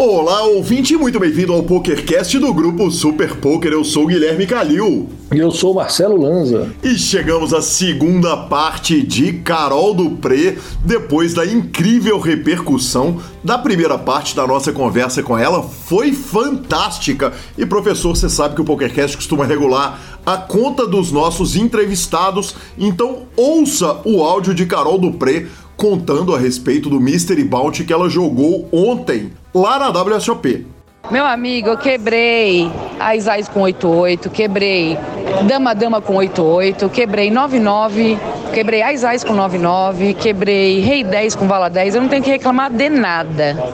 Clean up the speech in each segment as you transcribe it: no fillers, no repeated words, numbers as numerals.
Olá, ouvinte, muito bem-vindo ao PokerCast do grupo Super Poker. Eu sou o Guilherme Calil. E eu sou o Marcelo Lanza. E chegamos à segunda parte de Carol Dupré, depois da incrível repercussão da primeira parte da nossa conversa com ela. Foi fantástica. E, professor, você sabe que o PokerCast costuma regular a conta dos nossos entrevistados, então ouça o áudio de Carol Dupré contando a respeito do Mystery Bounty que ela jogou ontem, lá na WSOP. Meu amigo, eu quebrei Ais com 8-8, quebrei Dama com 8-8, quebrei 9-9, quebrei Ais com 9-9, quebrei Rei 10 com Vala 10, eu não tenho que reclamar de nada.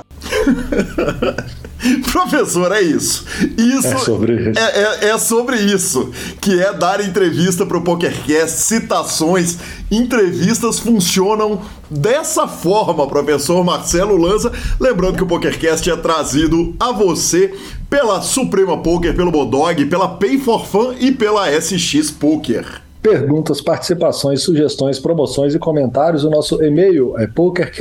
Professor, é isso. É sobre isso que é dar entrevista para o PokerCast. Citações, entrevistas funcionam dessa forma, professor Marcelo Lanza. Lembrando que o PokerCast é trazido a você pela Suprema Poker, pelo Bodog, pela Pay for Fun e pela SX Poker. Perguntas, participações, sugestões, promoções e comentários. O nosso e-mail é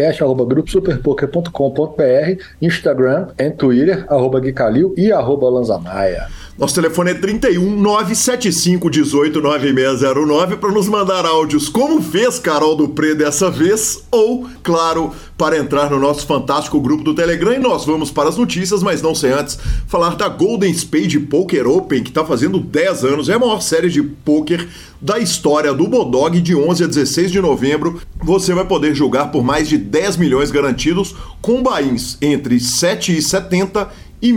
pokercast@gruposuperpoker.com.br, Instagram e Twitter, @guicalil e @lanzamaia. Nosso telefone é 31 975 18 9609 para nos mandar áudios como fez Carol Dupré dessa vez, ou, claro, para entrar no nosso fantástico grupo do Telegram. E nós vamos para as notícias, mas não sem antes falar da Golden Spade Poker Open, que está fazendo 10 anos. É a maior série de poker da história do Bodog, de 11 a 16 de novembro. Você vai poder jogar por mais de 10 milhões garantidos, com buy-ins entre 7,70 e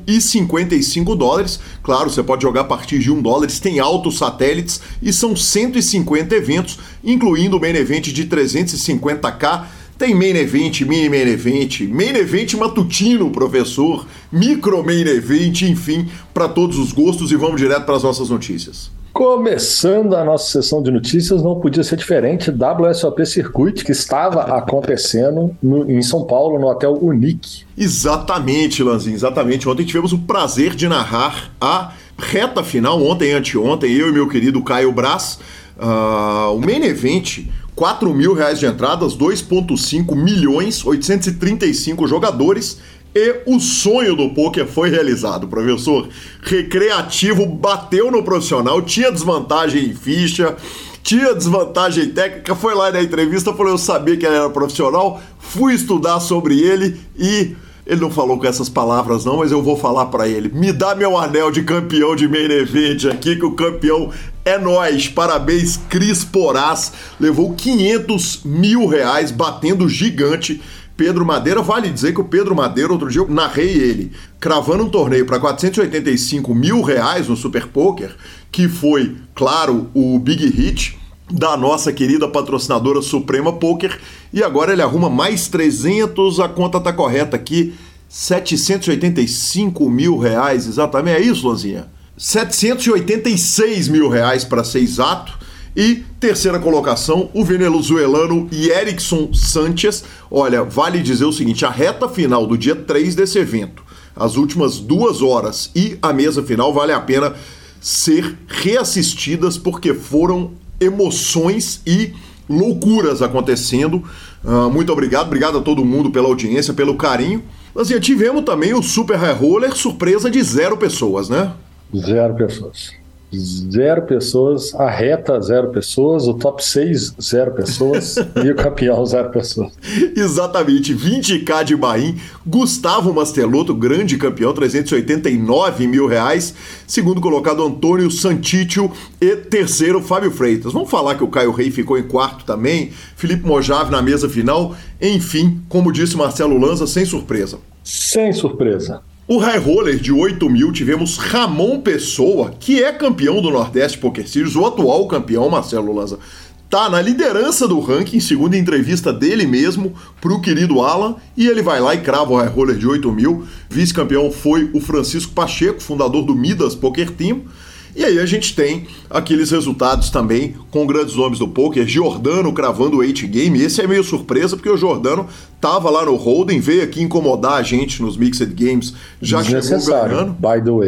$1.055. Claro, você pode jogar a partir de $1, tem altos satélites e são 150 eventos, incluindo o main event de 350k. Tem main event, mini main event matutino, professor, micro main event, enfim, para todos os gostos. E vamos direto para as nossas notícias. Começando a nossa sessão de notícias, não podia ser diferente. WSOP Circuit, que estava acontecendo em São Paulo, no Hotel Unique. Exatamente, Lanzinho, exatamente. Ontem tivemos o prazer de narrar a reta final, ontem e anteontem, eu e meu querido Caio Braz. O main event, R$4.000 de entradas, 2,5 milhões, 835 jogadores. E o sonho do poker foi realizado, professor. Recreativo bateu no profissional, tinha desvantagem em ficha, tinha desvantagem técnica, foi lá na entrevista, falou, eu sabia que ele era profissional, fui estudar sobre ele e ele não falou com essas palavras não, mas eu vou falar pra ele. Me dá meu anel de campeão de main event aqui, que o campeão é nós. Parabéns, Cris Porás, levou R$500 mil, batendo gigante. Pedro Madeira, vale dizer que o Pedro Madeira, outro dia eu narrei ele, cravando um torneio para R$485 mil no Super Poker, que foi, claro, o Big Hit da nossa querida patrocinadora Suprema Poker, e agora ele arruma mais 300, a conta tá correta aqui, R$785 mil, exatamente, é isso, Lanzinha? R$786 mil, para ser exato. E terceira colocação, o venezuelano Erickson Sanchez. Olha, vale dizer o seguinte, a reta final do dia 3 desse evento, as últimas 2 horas e a mesa final vale a pena ser reassistidas porque foram emoções e loucuras acontecendo. Muito obrigado a todo mundo pela audiência, pelo carinho. Mas tivemos também o Super High Roller, surpresa de 0 pessoas, né? 0 pessoas. 0 pessoas, a reta 0 pessoas, o top 6 0 pessoas e o campeão 0 pessoas. Exatamente, 20k de buy-in, Gustavo Mastelotto, grande campeão, R$389 mil, segundo colocado Antônio Santício e terceiro Fábio Freitas. Vamos falar que o Caio Rei ficou em quarto também, Felipe Mojave na mesa final, enfim, como disse Marcelo Lanza, sem surpresa. Sem surpresa. O High Roller de 8 mil, tivemos Ramon Pessoa, que é campeão do Nordeste Poker Series, o atual campeão, Marcelo Lanza, tá na liderança do ranking, segundo a entrevista dele mesmo pro querido Alan, e ele vai lá e crava o High Roller de 8 mil. Vice-campeão foi o Francisco Pacheco, fundador do Midas Poker Team. E aí a gente tem aqueles resultados também com grandes nomes do poker, Giordano cravando o 8 game, esse é meio surpresa porque o Giordano tava lá no Hold'em, veio aqui incomodar a gente nos Mixed Games, já chegou ganhando. By the way.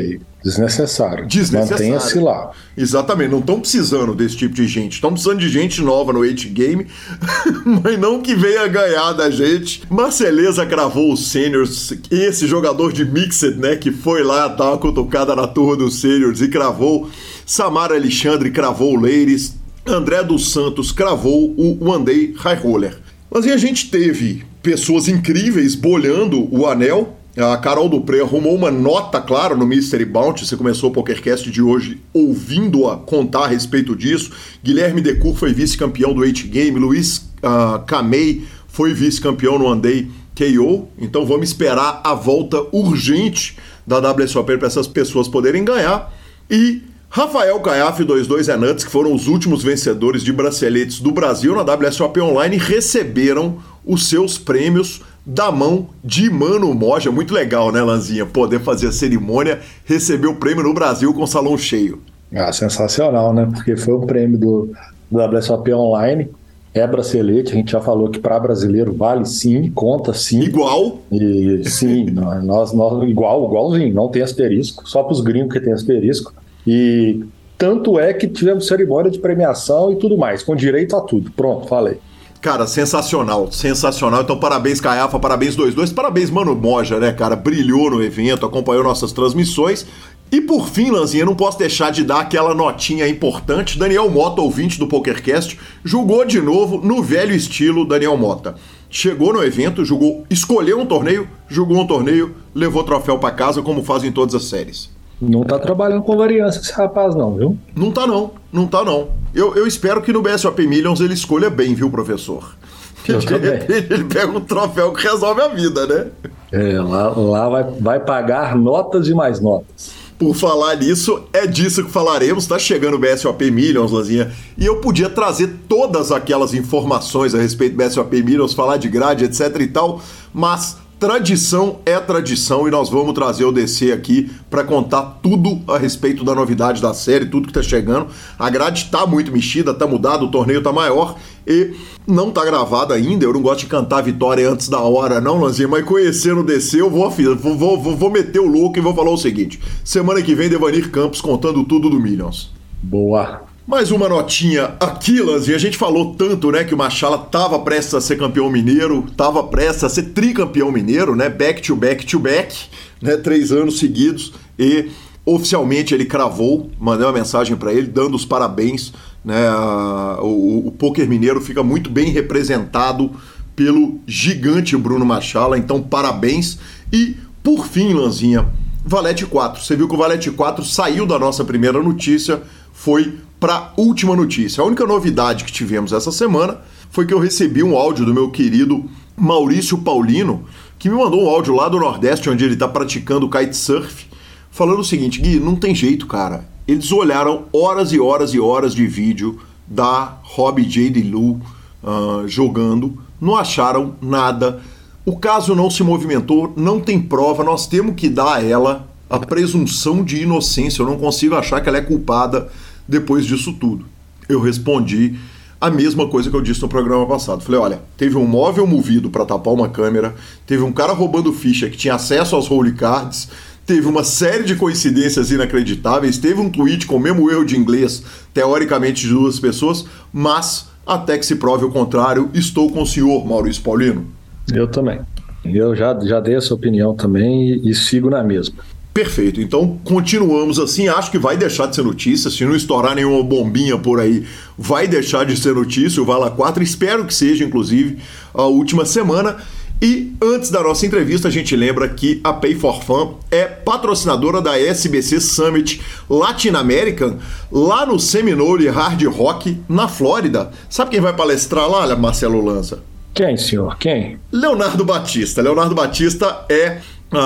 Desnecessário. Mantenha-se lá. Exatamente, não estão precisando desse tipo de gente. Estão precisando de gente nova no 8 Game, mas não que venha ganhar da gente. Marceleza cravou os Seniors, esse jogador de Mixed, né, que foi lá, dar uma cutucada na turma dos Seniors e cravou. Samara Alexandre cravou o Ladies. André dos Santos cravou o One Day High Roller. Mas a gente teve pessoas incríveis bolhando o anel. A Carol Dupré arrumou uma nota, claro, no Mystery Bounty. Você começou o PokerCast de hoje ouvindo-a contar a respeito disso. Guilherme Decour foi vice-campeão do 8 Game. Luiz Camei foi vice-campeão no One Day KO. Então vamos esperar a volta urgente da WSOP para essas pessoas poderem ganhar. E Rafael Caiafe e 22 Nuts, que foram os últimos vencedores de braceletes do Brasil na WSOP Online, receberam os seus prêmios da mão de Mano Moja. Muito legal, né, Lanzinha? Poder fazer a cerimônia, receber o prêmio no Brasil com o salão cheio. Sensacional, né? Porque foi um prêmio do WSOP Online, é bracelete, a gente já falou que para brasileiro vale sim, conta sim. Igual? E sim, nós igualzinho, não tem asterisco, só para os gringos que tem asterisco. E tanto é que tivemos cerimônia de premiação e tudo mais, com direito a tudo. Pronto, falei. Cara, sensacional, sensacional. Então, parabéns, Caiafa, parabéns, 22. Parabéns, Mano Moja, né, cara? Brilhou no evento, acompanhou nossas transmissões. E por fim, Lanzinha, não posso deixar de dar aquela notinha importante. Daniel Mota, ouvinte do PokerCast, jogou de novo no velho estilo Daniel Mota. Chegou no evento, escolheu um torneio, jogou um torneio, levou o troféu pra casa, como fazem todas as séries. Não tá trabalhando com variância esse rapaz não, viu? Não tá não. Eu espero que no BSOP Millions ele escolha bem, viu, professor? De repente ele pega um troféu que resolve a vida, né? Lá vai pagar notas e mais notas. Por falar nisso, é disso que falaremos. Tá chegando o BSOP Millions, Lanzinha, e eu podia trazer todas aquelas informações a respeito do BSOP Millions, falar de grade, etc e tal, mas tradição é tradição e nós vamos trazer o DC aqui para contar tudo a respeito da novidade da série, tudo que tá chegando. A grade tá muito mexida, tá mudada, o torneio tá maior e não tá gravado ainda. Eu não gosto de cantar a vitória antes da hora não, Lanzinha, mas conhecendo o DC eu vou meter o louco e vou falar o seguinte: semana que vem Devanir Campos contando tudo do Millions. Boa. Mais uma notinha aqui, Lanzinha. A gente falou tanto, né, que o Machala tava prestes a ser campeão mineiro, tava prestes a ser tricampeão mineiro, né, back to back, né, 3 anos seguidos, e oficialmente ele cravou. Mandei uma mensagem para ele dando os parabéns, né, o poker mineiro fica muito bem representado pelo gigante Bruno Machala, então parabéns. E por fim, Lanzinha, Valete 4. Você viu que o Valete 4 saiu da nossa primeira notícia, foi para última notícia. A única novidade que tivemos essa semana foi que eu recebi um áudio do meu querido Maurício Paulino, que me mandou um áudio lá do Nordeste, onde ele está praticando kitesurf, falando o seguinte: Gui, não tem jeito, cara. Eles olharam horas e horas e horas de vídeo da Hobby J.D. Lu jogando, não acharam nada. O caso não se movimentou, não tem prova, nós temos que dar a ela a presunção de inocência. Eu não consigo achar que ela é culpada depois disso tudo. Eu respondi a mesma coisa que eu disse no programa passado. Falei, olha, teve um móvel movido para tapar uma câmera, teve um cara roubando ficha que tinha acesso aos holy cards, teve uma série de coincidências inacreditáveis, teve um tweet com o mesmo erro de inglês, teoricamente de 2 pessoas, mas até que se prove o contrário, estou com o senhor, Maurício Paulino. Eu também. Eu já dei essa opinião também e sigo na mesma. Perfeito, então continuamos assim. Acho que vai deixar de ser notícia, se não estourar nenhuma bombinha por aí, vai deixar de ser notícia o Vala 4, espero que seja inclusive a última semana. E antes da nossa entrevista, a gente lembra que a Pay for Fun é patrocinadora da SBC Summit Latin American, lá no Seminole Hard Rock, na Flórida. Sabe quem vai palestrar lá, Marcelo Lanza? Quem, senhor? Quem? Leonardo Batista. Leonardo Batista é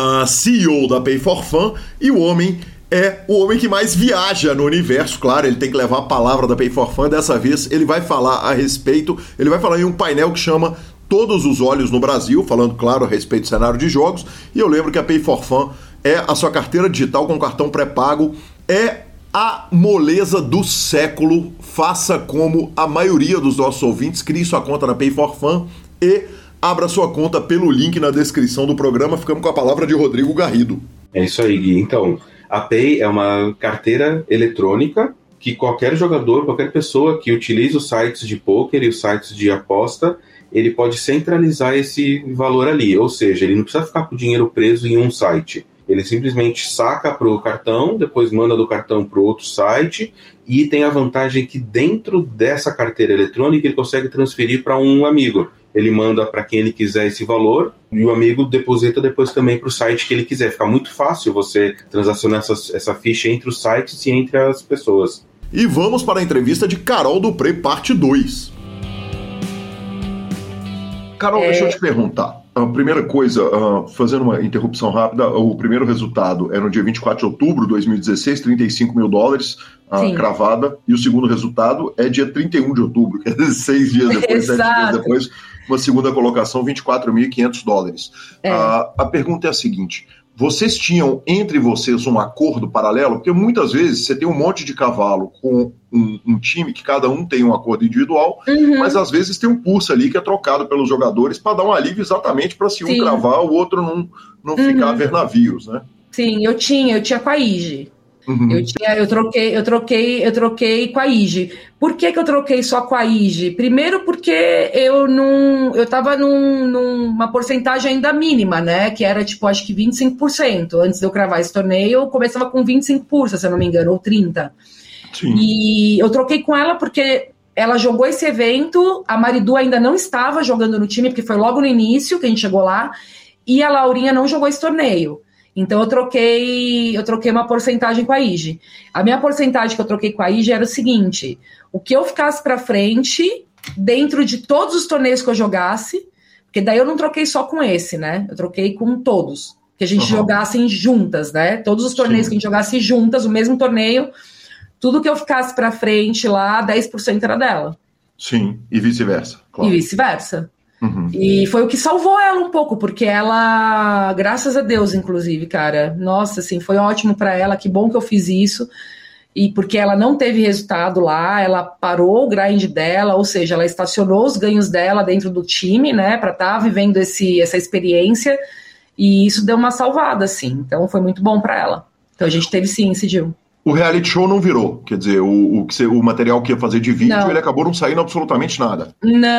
CEO da Pay for Fun e o homem é o homem que mais viaja no universo. Claro, ele tem que levar a palavra da Pay for Fun. Dessa vez ele vai falar a respeito, ele vai falar em um painel que chama Todos os Olhos no Brasil, falando, claro, a respeito do cenário de jogos. E eu lembro que a Pay for Fun é a sua carteira digital com cartão pré-pago, é a moleza do século. Faça como a maioria dos nossos ouvintes, crie sua conta na Pay for Fun e abra sua conta pelo link na descrição do programa. Ficamos com a palavra de Rodrigo Garrido. É isso aí, Gui. Então, A Pay é uma carteira eletrônica que qualquer jogador, qualquer pessoa que utiliza os sites de poker e os sites de aposta, ele pode centralizar esse valor ali, ou seja, ele não precisa ficar com o dinheiro preso em um site. Ele simplesmente saca para o cartão, depois manda do cartão para o outro site, e tem a vantagem que dentro dessa carteira eletrônica ele consegue transferir para um amigo. Ele manda para quem ele quiser esse valor e o amigo deposita depois também para o site que ele quiser. Fica muito fácil você transacionar essa ficha entre os sites e entre as pessoas. E vamos para a entrevista de Carol Dupré, parte 2. Carol, deixa eu te perguntar. A primeira coisa, fazendo uma interrupção rápida, o primeiro resultado é no dia 24 de outubro de 2016, $35 mil, cravada, e o segundo resultado é dia 31 de outubro, quer dizer, 6 dias depois, 7 dias depois, uma segunda colocação, $24.500. A pergunta é a seguinte: vocês tinham entre vocês um acordo paralelo? Porque muitas vezes você tem um monte de cavalo com um time que cada um tem um acordo individual, mas às vezes tem um pulso ali que é trocado pelos jogadores para dar um alívio exatamente para se um cravar, o outro não ficar a ver navios, né? Sim, eu tinha com a IG. Eu troquei com a IG. Por que eu troquei só com a IG? Primeiro porque eu tava numa porcentagem ainda mínima, né? Que era tipo, acho que 25%. Antes de eu cravar esse torneio, eu começava com 25%, se eu não me engano, ou 30%. Sim. E eu troquei com ela porque ela jogou esse evento, a Maridu ainda não estava jogando no time, porque foi logo no início que a gente chegou lá, e a Laurinha não jogou esse torneio. Então eu troquei uma porcentagem com a IG. A minha porcentagem que eu troquei com a IG era o seguinte: o que eu ficasse para frente, dentro de todos os torneios que eu jogasse, porque daí eu não troquei só com esse, né? Eu troquei com todos, que a gente jogasse juntas, né? Todos os torneios que a gente jogasse juntas, o mesmo torneio, tudo que eu ficasse para frente lá, 10% era dela. Sim, e vice-versa. Claro. E vice-versa. E foi o que salvou ela um pouco, porque ela, graças a Deus, inclusive, cara, nossa, assim, foi ótimo para ela, que bom que eu fiz isso, e porque ela não teve resultado lá, ela parou o grind dela, ou seja, ela estacionou os ganhos dela dentro do time, né, para estar vivendo essa experiência, e isso deu uma salvada, assim, então foi muito bom para ela. Então a gente teve sim esse deal. O reality show não virou, quer dizer, o material que ia fazer de vídeo, ele acabou não saindo absolutamente nada.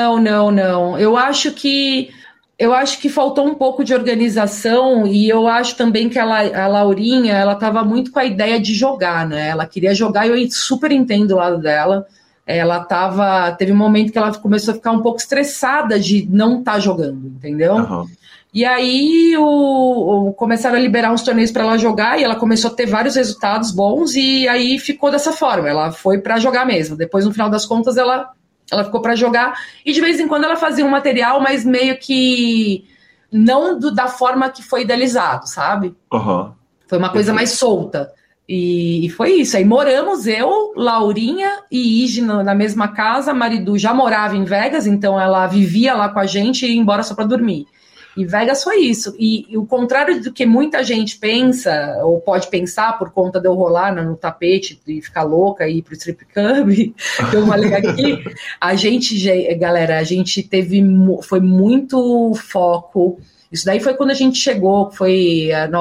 Não. Eu acho que faltou um pouco de organização, e eu acho também que a Laurinha, ela estava muito com a ideia de jogar, né? Ela queria jogar e eu super entendo o lado dela. Teve um momento que ela começou a ficar um pouco estressada de não estar jogando, entendeu? E aí começaram a liberar uns torneios para ela jogar, e ela começou a ter vários resultados bons, e aí ficou dessa forma, ela foi para jogar mesmo. Depois, no final das contas, ela ficou para jogar, e de vez em quando ela fazia um material, mas meio que não da forma que foi idealizado, sabe? Foi uma coisa mais solta. E foi isso. Aí moramos eu, Laurinha e Ige na mesma casa. A Maridu já morava em Vegas, então ela vivia lá com a gente e ia embora só para dormir. E Vegas foi isso. E o contrário do que muita gente pensa, ou pode pensar por conta de eu rolar no tapete e ficar louca e ir pro strip club, eu falei aqui, galera, a gente foi muito foco. Isso daí foi quando a gente chegou, foi a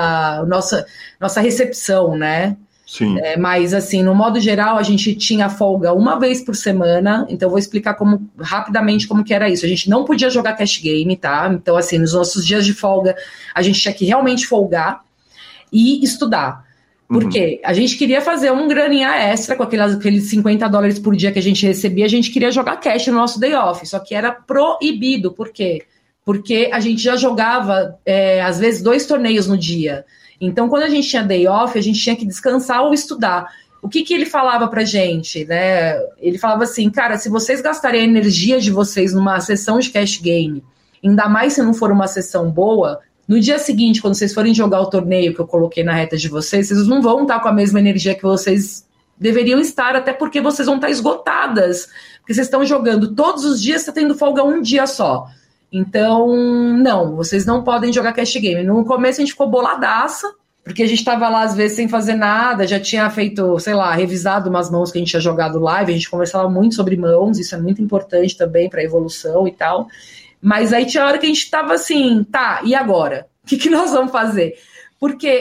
nossa recepção, né? Sim. Mas, assim, no modo geral, a gente tinha folga uma vez por semana, então eu vou explicar rapidamente como que era isso. A gente não podia jogar cash game, tá? Então, assim, nos nossos dias de folga, a gente tinha que realmente folgar e estudar. Por quê? A gente queria fazer um graninha extra com aqueles $50 por dia que a gente recebia, a gente queria jogar cash no nosso day off, só que era proibido. Por quê? Porque a gente já jogava, às vezes, 2 torneios no dia. Então, quando a gente tinha day off, a gente tinha que descansar ou estudar. O que ele falava pra gente, né? Ele falava assim, cara, se vocês gastarem a energia de vocês numa sessão de cash game, ainda mais se não for uma sessão boa, no dia seguinte, quando vocês forem jogar o torneio que eu coloquei na reta de vocês não vão estar com a mesma energia que vocês deveriam estar, até porque vocês vão estar esgotadas. Porque vocês estão jogando todos os dias, você tá tendo folga um dia só. Então, não, vocês não podem jogar cash game. No começo a gente ficou boladaça, porque a gente tava lá às vezes sem fazer nada, já tinha feito, sei lá, revisado umas mãos que a gente tinha jogado live, a gente conversava muito sobre mãos, isso é muito importante também pra evolução e tal. Mas aí tinha hora que a gente tava assim, tá, e agora? O que nós vamos fazer? Porque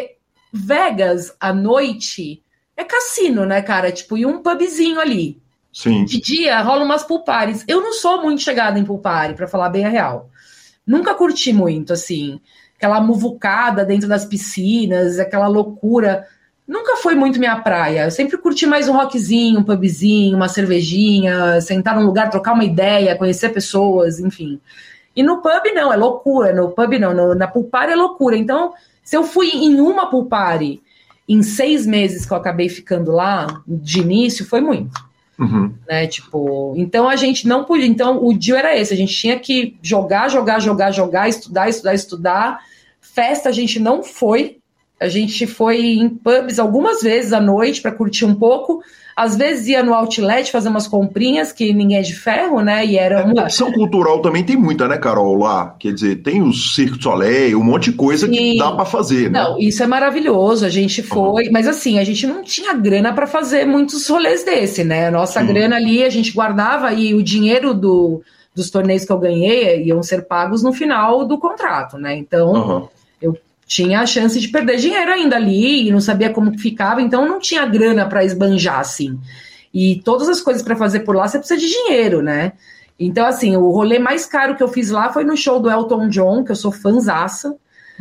Vegas, à noite, é cassino, né, cara? Tipo, e um pubzinho ali. Sim. De dia, rola umas pool parties. Eu não sou muito chegada em pool party, pra falar bem a real. Nunca curti muito, assim. Aquela muvucada dentro das piscinas, aquela loucura. Nunca foi muito minha praia. Eu sempre curti mais um rockzinho, um pubzinho, uma cervejinha, sentar num lugar, trocar uma ideia, conhecer pessoas, enfim. E no pub, não, é loucura. No pub, não. Na pool party é loucura. Então, se eu fui em uma pool party em 6 meses que eu acabei ficando lá, de início, foi muito. Uhum. Né, tipo, então a gente não podia. Então, o deal era esse: a gente tinha que jogar, estudar. Festa a gente não foi. A gente foi em pubs algumas vezes à noite para curtir um pouco. Às vezes ia no outlet fazer umas comprinhas, que ninguém é de ferro, né? E era uma opção cultural também tem muita, né, Carol, lá? Quer dizer, tem o Cirque du Soleil, um monte de coisa que dá para fazer, né? Não, isso é maravilhoso. A gente foi, mas assim, a gente não tinha grana para fazer muitos rolês desse, né? A nossa grana ali a gente guardava e o dinheiro dos torneios que eu ganhei iam ser pagos no final do contrato, né? Então, eu tinha a chance de perder dinheiro ainda ali e não sabia como que ficava, então não tinha grana para esbanjar, assim. E todas as coisas para fazer por lá, você precisa de dinheiro, né? Então, assim, o rolê mais caro que eu fiz lá foi no show do Elton John, que eu sou fãzaça,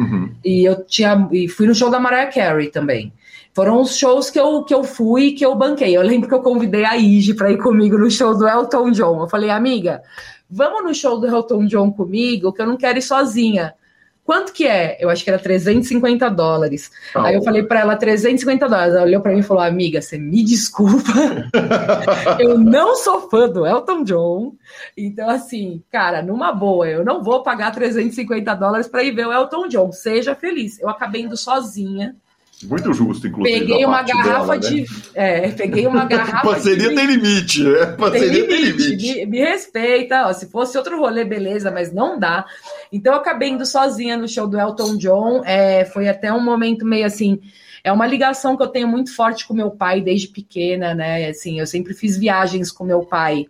e fui no show da Mariah Carey também. Foram os shows que eu fui e que eu banquei. Eu lembro que eu convidei a Ige para ir comigo no show do Elton John. Eu falei, amiga, vamos no show do Elton John comigo, que eu não quero ir sozinha. Quanto que é? Eu acho que era $350. Aí eu falei para ela, $350. Ela olhou para mim e falou, amiga, você me desculpa. Eu não sou fã do Elton John. Então, assim, cara, numa boa, eu não vou pagar $350 para ir ver o Elton John. Seja feliz. Eu acabei indo sozinha. Muito justo, inclusive. Peguei uma garrafa dela, de. Né? Peguei uma garrafa. Parceria tem limite, né? Parceria tem limite. Me respeita. Ó, se fosse outro rolê, beleza, mas não dá. Então, eu acabei indo sozinha no show do Elton John. Foi até um momento meio assim. É uma ligação que eu tenho muito forte com meu pai desde pequena, né? Assim, eu sempre fiz viagens com meu pai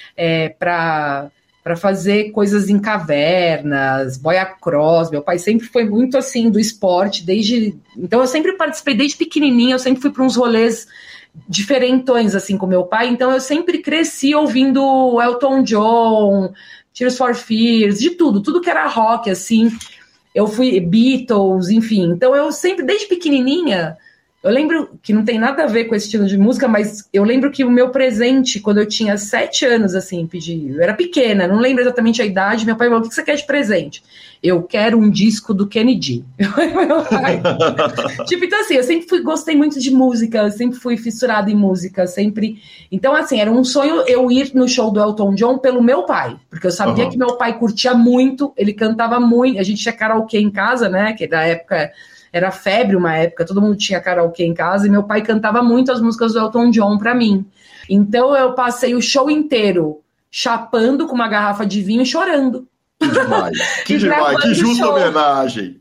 para fazer coisas em cavernas, boia cross. Meu pai sempre foi muito assim do esporte, então eu sempre participei desde pequenininha, eu sempre fui para uns rolês diferentões assim com meu pai, então eu sempre cresci ouvindo Elton John, Tears for Fears, de tudo que era rock, assim, eu fui Beatles, enfim, então eu sempre, desde pequenininha, eu lembro que não tem nada a ver com esse estilo de música, mas eu lembro que o meu presente, quando eu tinha 7 anos, assim, eu era pequena, não lembro exatamente a idade, meu pai falou, o que você quer de presente? Eu quero um disco do Kennedy. Meu pai. Tipo, então assim, eu sempre gostei muito de música, eu sempre fui fissurada em música, sempre. Então, assim, era um sonho eu ir no show do Elton John pelo meu pai, porque eu sabia que meu pai curtia muito, ele cantava muito, a gente tinha karaokê em casa, né, que da época... Era febre uma época, todo mundo tinha karaokê em casa e meu pai cantava muito as músicas do Elton John pra mim. Então eu passei o show inteiro chapando com uma garrafa de vinho e chorando. Que demais, que demais, que justa homenagem.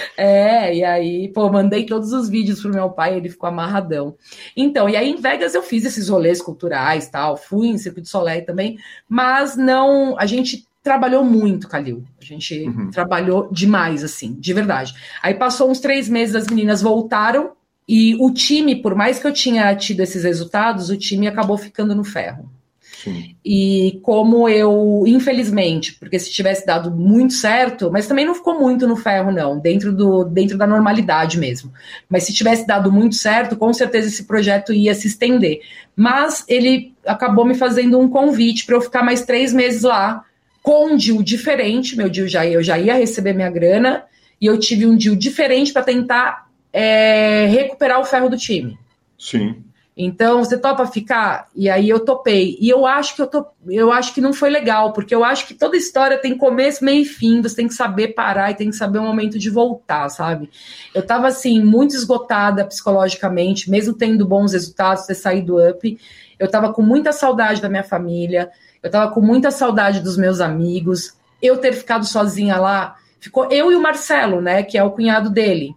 E aí, mandei todos os vídeos pro meu pai, ele ficou amarradão. Então, e aí em Vegas eu fiz esses rolês culturais, tal, fui em Cirque du Soleil também, mas não, a gente trabalhou muito, Calil. A gente trabalhou demais, assim, de verdade. Aí passou uns 3 meses, as meninas voltaram e o time, por mais que eu tinha tido esses resultados, o time acabou ficando no ferro. Sim. E como eu, infelizmente, porque se tivesse dado muito certo, mas também não ficou muito no ferro, não, dentro da normalidade mesmo. Mas se tivesse dado muito certo, com certeza esse projeto ia se estender. Mas ele acabou me fazendo um convite para eu ficar mais 3 meses lá, com um deal diferente, meu deal eu já ia receber minha grana, e eu tive um deal diferente para tentar recuperar o ferro do time. Sim. Então, você topa ficar? E aí eu topei. E eu acho que não foi legal, porque eu acho que toda história tem começo, meio e fim, você tem que saber parar e tem que saber o momento de voltar, sabe? Eu tava, assim, muito esgotada psicologicamente, mesmo tendo bons resultados, ter saído up. Eu tava com muita saudade da minha família, eu tava com muita saudade dos meus amigos, eu ter ficado sozinha lá, ficou eu e o Marcelo, né, que é o cunhado dele.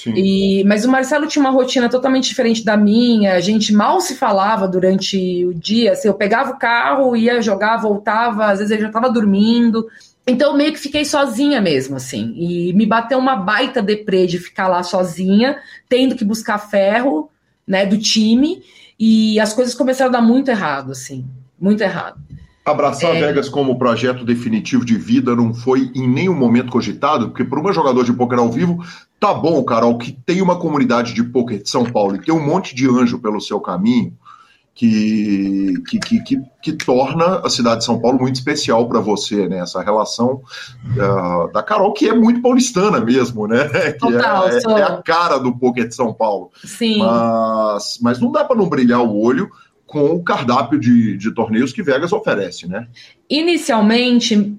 Mas o Marcelo tinha uma rotina totalmente diferente da minha, a gente mal se falava durante o dia, assim, eu pegava o carro, ia jogar, voltava, às vezes ele já estava dormindo, Então eu meio que fiquei sozinha mesmo, assim, e me bateu uma baita deprê de ficar lá sozinha, tendo que buscar ferro, né, do time, e as coisas começaram a dar muito errado, assim, muito errado. Abraçar Vegas como projeto definitivo de vida não foi em nenhum momento cogitado, porque para uma jogador de pôquer ao vivo, tá bom, Carol, que tem uma comunidade de pôquer de São Paulo e tem um monte de anjo pelo seu caminho, que torna a cidade de São Paulo muito especial para você, né? Essa relação da Carol, que é muito paulistana mesmo, né? Total, é a cara do pôquer de São Paulo. Sim. Mas não dá para não brilhar o olho com o cardápio de torneios que Vegas oferece, né? Inicialmente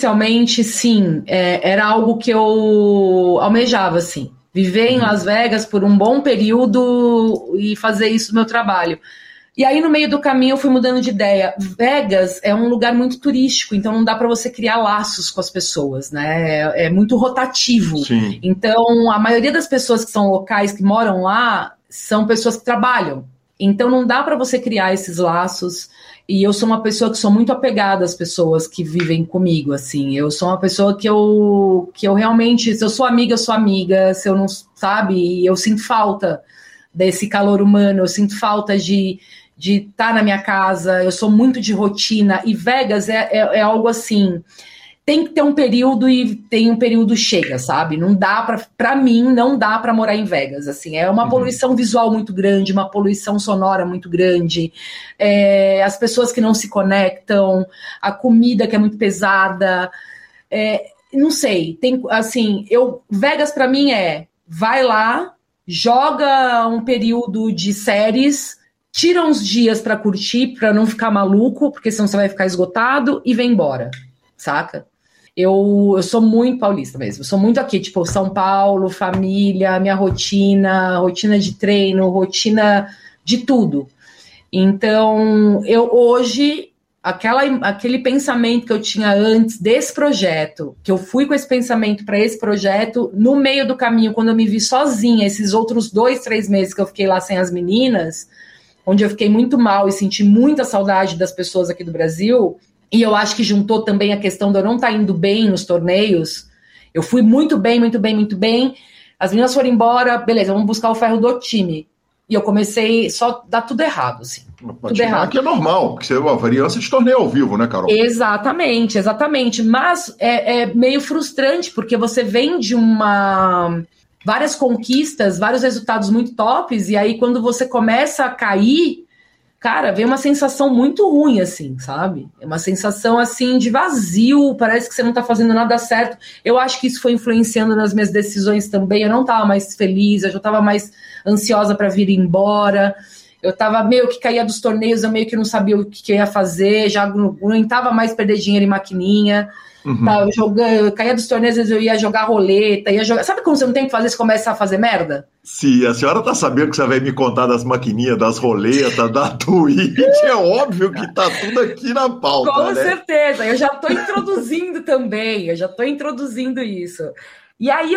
sim, era algo que eu almejava, assim, viver em Las Vegas por um bom período e fazer isso no meu trabalho. E aí, no meio do caminho, eu fui mudando de ideia. Vegas é um lugar muito turístico, então não dá para você criar laços com as pessoas, né? É muito rotativo. Sim. Então, a maioria das pessoas que são locais, que moram lá, são pessoas que trabalham. Então, não dá para você criar esses laços. E eu sou uma pessoa que sou muito apegada às pessoas que vivem comigo, assim. Eu sou uma pessoa que eu realmente, se eu sou amiga, se eu não, sabe? Eu sinto falta desse calor humano, eu sinto falta de estar na minha casa, eu sou muito de rotina, e Vegas é algo assim, tem que ter um período e tem um período chega, sabe? Não dá pra mim, não dá pra morar em Vegas, assim, é uma poluição visual muito grande, uma poluição sonora muito grande, as pessoas que não se conectam, a comida que é muito pesada, não sei, tem, assim, Vegas pra mim vai lá, joga um período de séries, tira uns dias pra curtir, pra não ficar maluco, porque senão você vai ficar esgotado, e vem embora, saca? Eu sou muito paulista mesmo, eu sou muito aqui, tipo, São Paulo, família, minha rotina de treino, rotina de tudo. Então, hoje, aquele pensamento que eu tinha antes desse projeto, que eu fui com esse pensamento para esse projeto, no meio do caminho, quando eu me vi sozinha, esses outros 2-3 meses que eu fiquei lá sem as meninas, onde eu fiquei muito mal e senti muita saudade das pessoas aqui do Brasil, e eu acho que juntou também a questão de eu não estar indo bem nos torneios. Eu fui muito bem, as meninas foram embora, beleza, vamos buscar o ferro do time. E eu comecei só dar tudo errado, assim. Tudo errado. Que é normal, porque você é uma variância de torneio ao vivo, né, Carol? Exatamente. Mas é meio frustrante, porque você vem de várias conquistas, vários resultados muito tops, e aí quando você começa a cair, cara, vem uma sensação muito ruim, assim, sabe? É uma sensação, assim, de vazio, parece que você não tá fazendo nada certo. Eu acho que isso foi influenciando nas minhas decisões também, eu não tava mais feliz, eu já tava mais ansiosa para vir embora, eu tava meio que caía dos torneios, eu meio que não sabia o que eu ia fazer, já não aguentava mais perder dinheiro em maquininha, tava jogando, eu caía dos torneios, eu ia jogar roleta, sabe quando você não tem o que fazer, você começa a fazer merda? Sim, a senhora tá sabendo que você vai me contar das maquininhas, das roletas, da Twitch, é óbvio que tá tudo aqui na pauta, com né? certeza, eu já tô introduzindo também, isso. E aí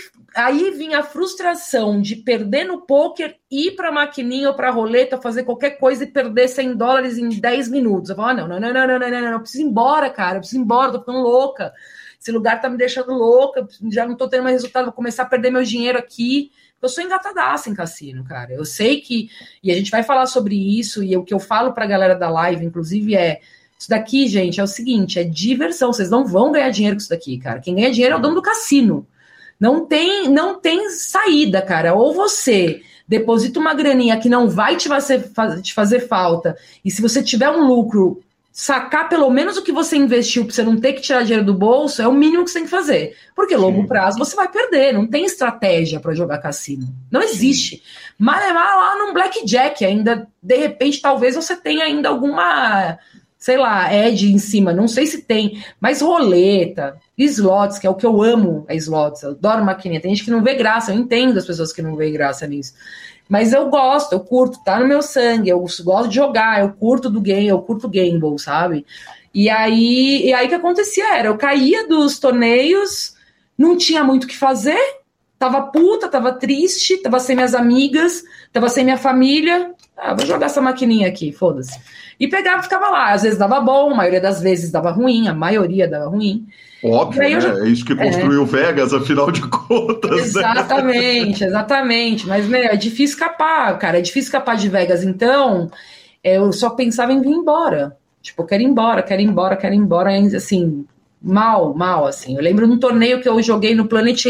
aí vinha a frustração de perder no poker, ir pra maquininha ou pra roleta, fazer qualquer coisa e perder $100 em 10 minutos. Eu falava, não, eu preciso ir embora, cara, tô ficando louca. Esse lugar tá me deixando louca, já não tô tendo mais resultado, vou começar a perder meu dinheiro aqui. Eu sou engatadaça em cassino, cara. Eu sei que, e a gente vai falar sobre isso, e o que eu falo pra galera da live, inclusive, isso daqui, gente, é o seguinte, é diversão, vocês não vão ganhar dinheiro com isso daqui, cara. Quem ganha dinheiro é o dono do cassino. Não tem saída, cara. Ou você deposita uma graninha que não vai te fazer falta, e se você tiver um lucro, sacar pelo menos o que você investiu pra você não ter que tirar dinheiro do bolso, é o mínimo que você tem que fazer. Porque longo prazo você vai perder, não tem estratégia para jogar cassino. Não existe. Mas levar lá num blackjack ainda, de repente, talvez você tenha ainda alguma, sei lá, edge em cima, não sei se tem, mas roleta, slots, que é o que eu amo, slots, eu adoro maquininha, tem gente que não vê graça, eu entendo as pessoas que não veem graça nisso, mas eu gosto, eu curto, tá no meu sangue, eu gosto de jogar, eu curto do game, eu curto gamble, sabe? E aí o que acontecia era, eu caía dos torneios, não tinha muito o que fazer, tava puta, tava triste, tava sem minhas amigas, tava sem minha família. Vou jogar essa maquininha aqui, foda-se. E pegava e ficava lá. Às vezes dava bom, a maioria das vezes dava ruim, a maioria dava ruim. Óbvio, né? É isso que construiu Vegas, afinal de contas. Exatamente, exatamente. Mas, é difícil escapar, cara. É difícil escapar de Vegas. Então, eu só pensava em vir embora. Tipo, quero ir embora, assim, mal, assim. Eu lembro de um torneio que eu joguei no Planet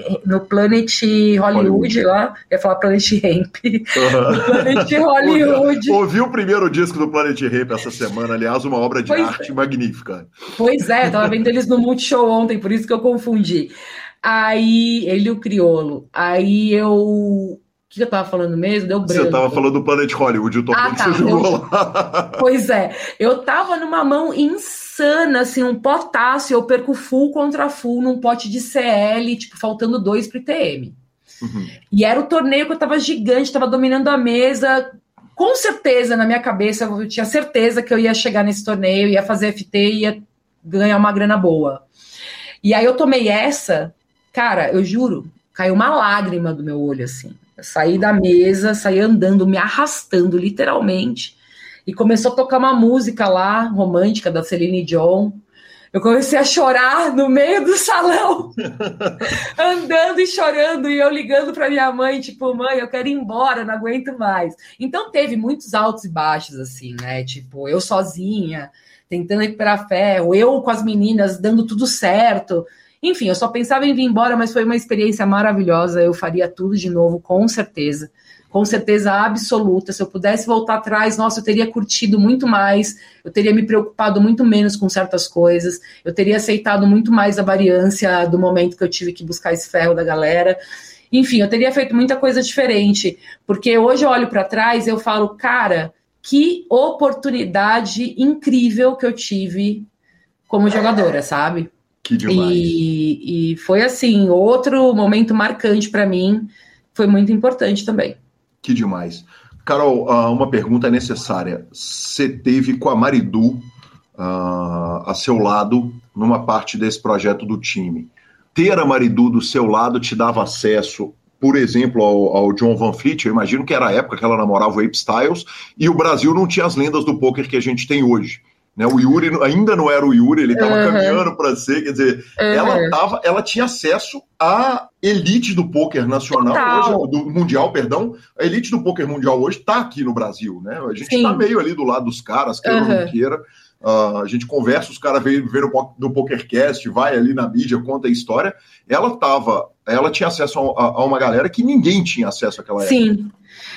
Hollywood lá. Eu ia falar Planet Ramp. No Planet Hollywood. Ouvi o primeiro disco do Planet Ramp essa semana, aliás, uma obra de arte magnífica. Pois é, eu tava vendo eles no Multishow ontem, por isso que eu confundi. Aí, ele e o Criolo. Aí eu... O que eu tava falando mesmo? Deu branco. Você tava falando do Planet Hollywood, o torneio que você jogou lá. Pois é, eu tava numa mão insana, assim, um potássio, eu perco full contra full num pote de CL, tipo, faltando 2 pro ITM. Uhum. E era o torneio que eu tava gigante, tava dominando a mesa, com certeza, na minha cabeça, eu tinha certeza que eu ia chegar nesse torneio, ia fazer FT e ia ganhar uma grana boa. E aí eu tomei essa, cara, eu juro, caiu uma lágrima do meu olho, assim. Eu saí da mesa, saí andando, me arrastando, literalmente. E começou a tocar uma música lá, romântica, da Celine Dion. Eu comecei a chorar no meio do salão, andando e chorando, e eu ligando para minha mãe, tipo, mãe, eu quero ir embora, não aguento mais. Então teve muitos altos e baixos, assim, né? Tipo, eu sozinha, tentando recuperar ferro, eu com as meninas, dando tudo certo. Enfim, eu só pensava em vir embora, mas foi uma experiência maravilhosa, eu faria tudo de novo, com certeza absoluta. Se eu pudesse voltar atrás, nossa, eu teria curtido muito mais, eu teria me preocupado muito menos com certas coisas, eu teria aceitado muito mais a variância do momento que eu tive que buscar esse ferro da galera. Enfim, eu teria feito muita coisa diferente, porque hoje eu olho para trás e eu falo, cara, que oportunidade incrível que eu tive como jogadora, sabe? Que demais. E foi assim, outro momento marcante para mim, foi muito importante também. Que demais. Carol, uma pergunta necessária. Você teve com a Maridu a seu lado numa parte desse projeto do time. Ter a Maridu do seu lado te dava acesso, por exemplo, ao John Van Fleet? Eu imagino que era a época que ela namorava o Ape Styles e o Brasil não tinha as lendas do poker que a gente tem hoje. Né, o Yuri ainda não era o Yuri, ele estava caminhando para ser, quer dizer, ela tinha acesso à elite do poker nacional, hoje, do mundial, perdão, a elite do poker mundial hoje está aqui no Brasil, né? A gente está meio ali do lado dos caras, queira ou não queira, a gente conversa, os caras vêm no PokerCast, vai ali na mídia, conta a história, ela tinha acesso a uma galera que ninguém tinha acesso àquela época. Sim,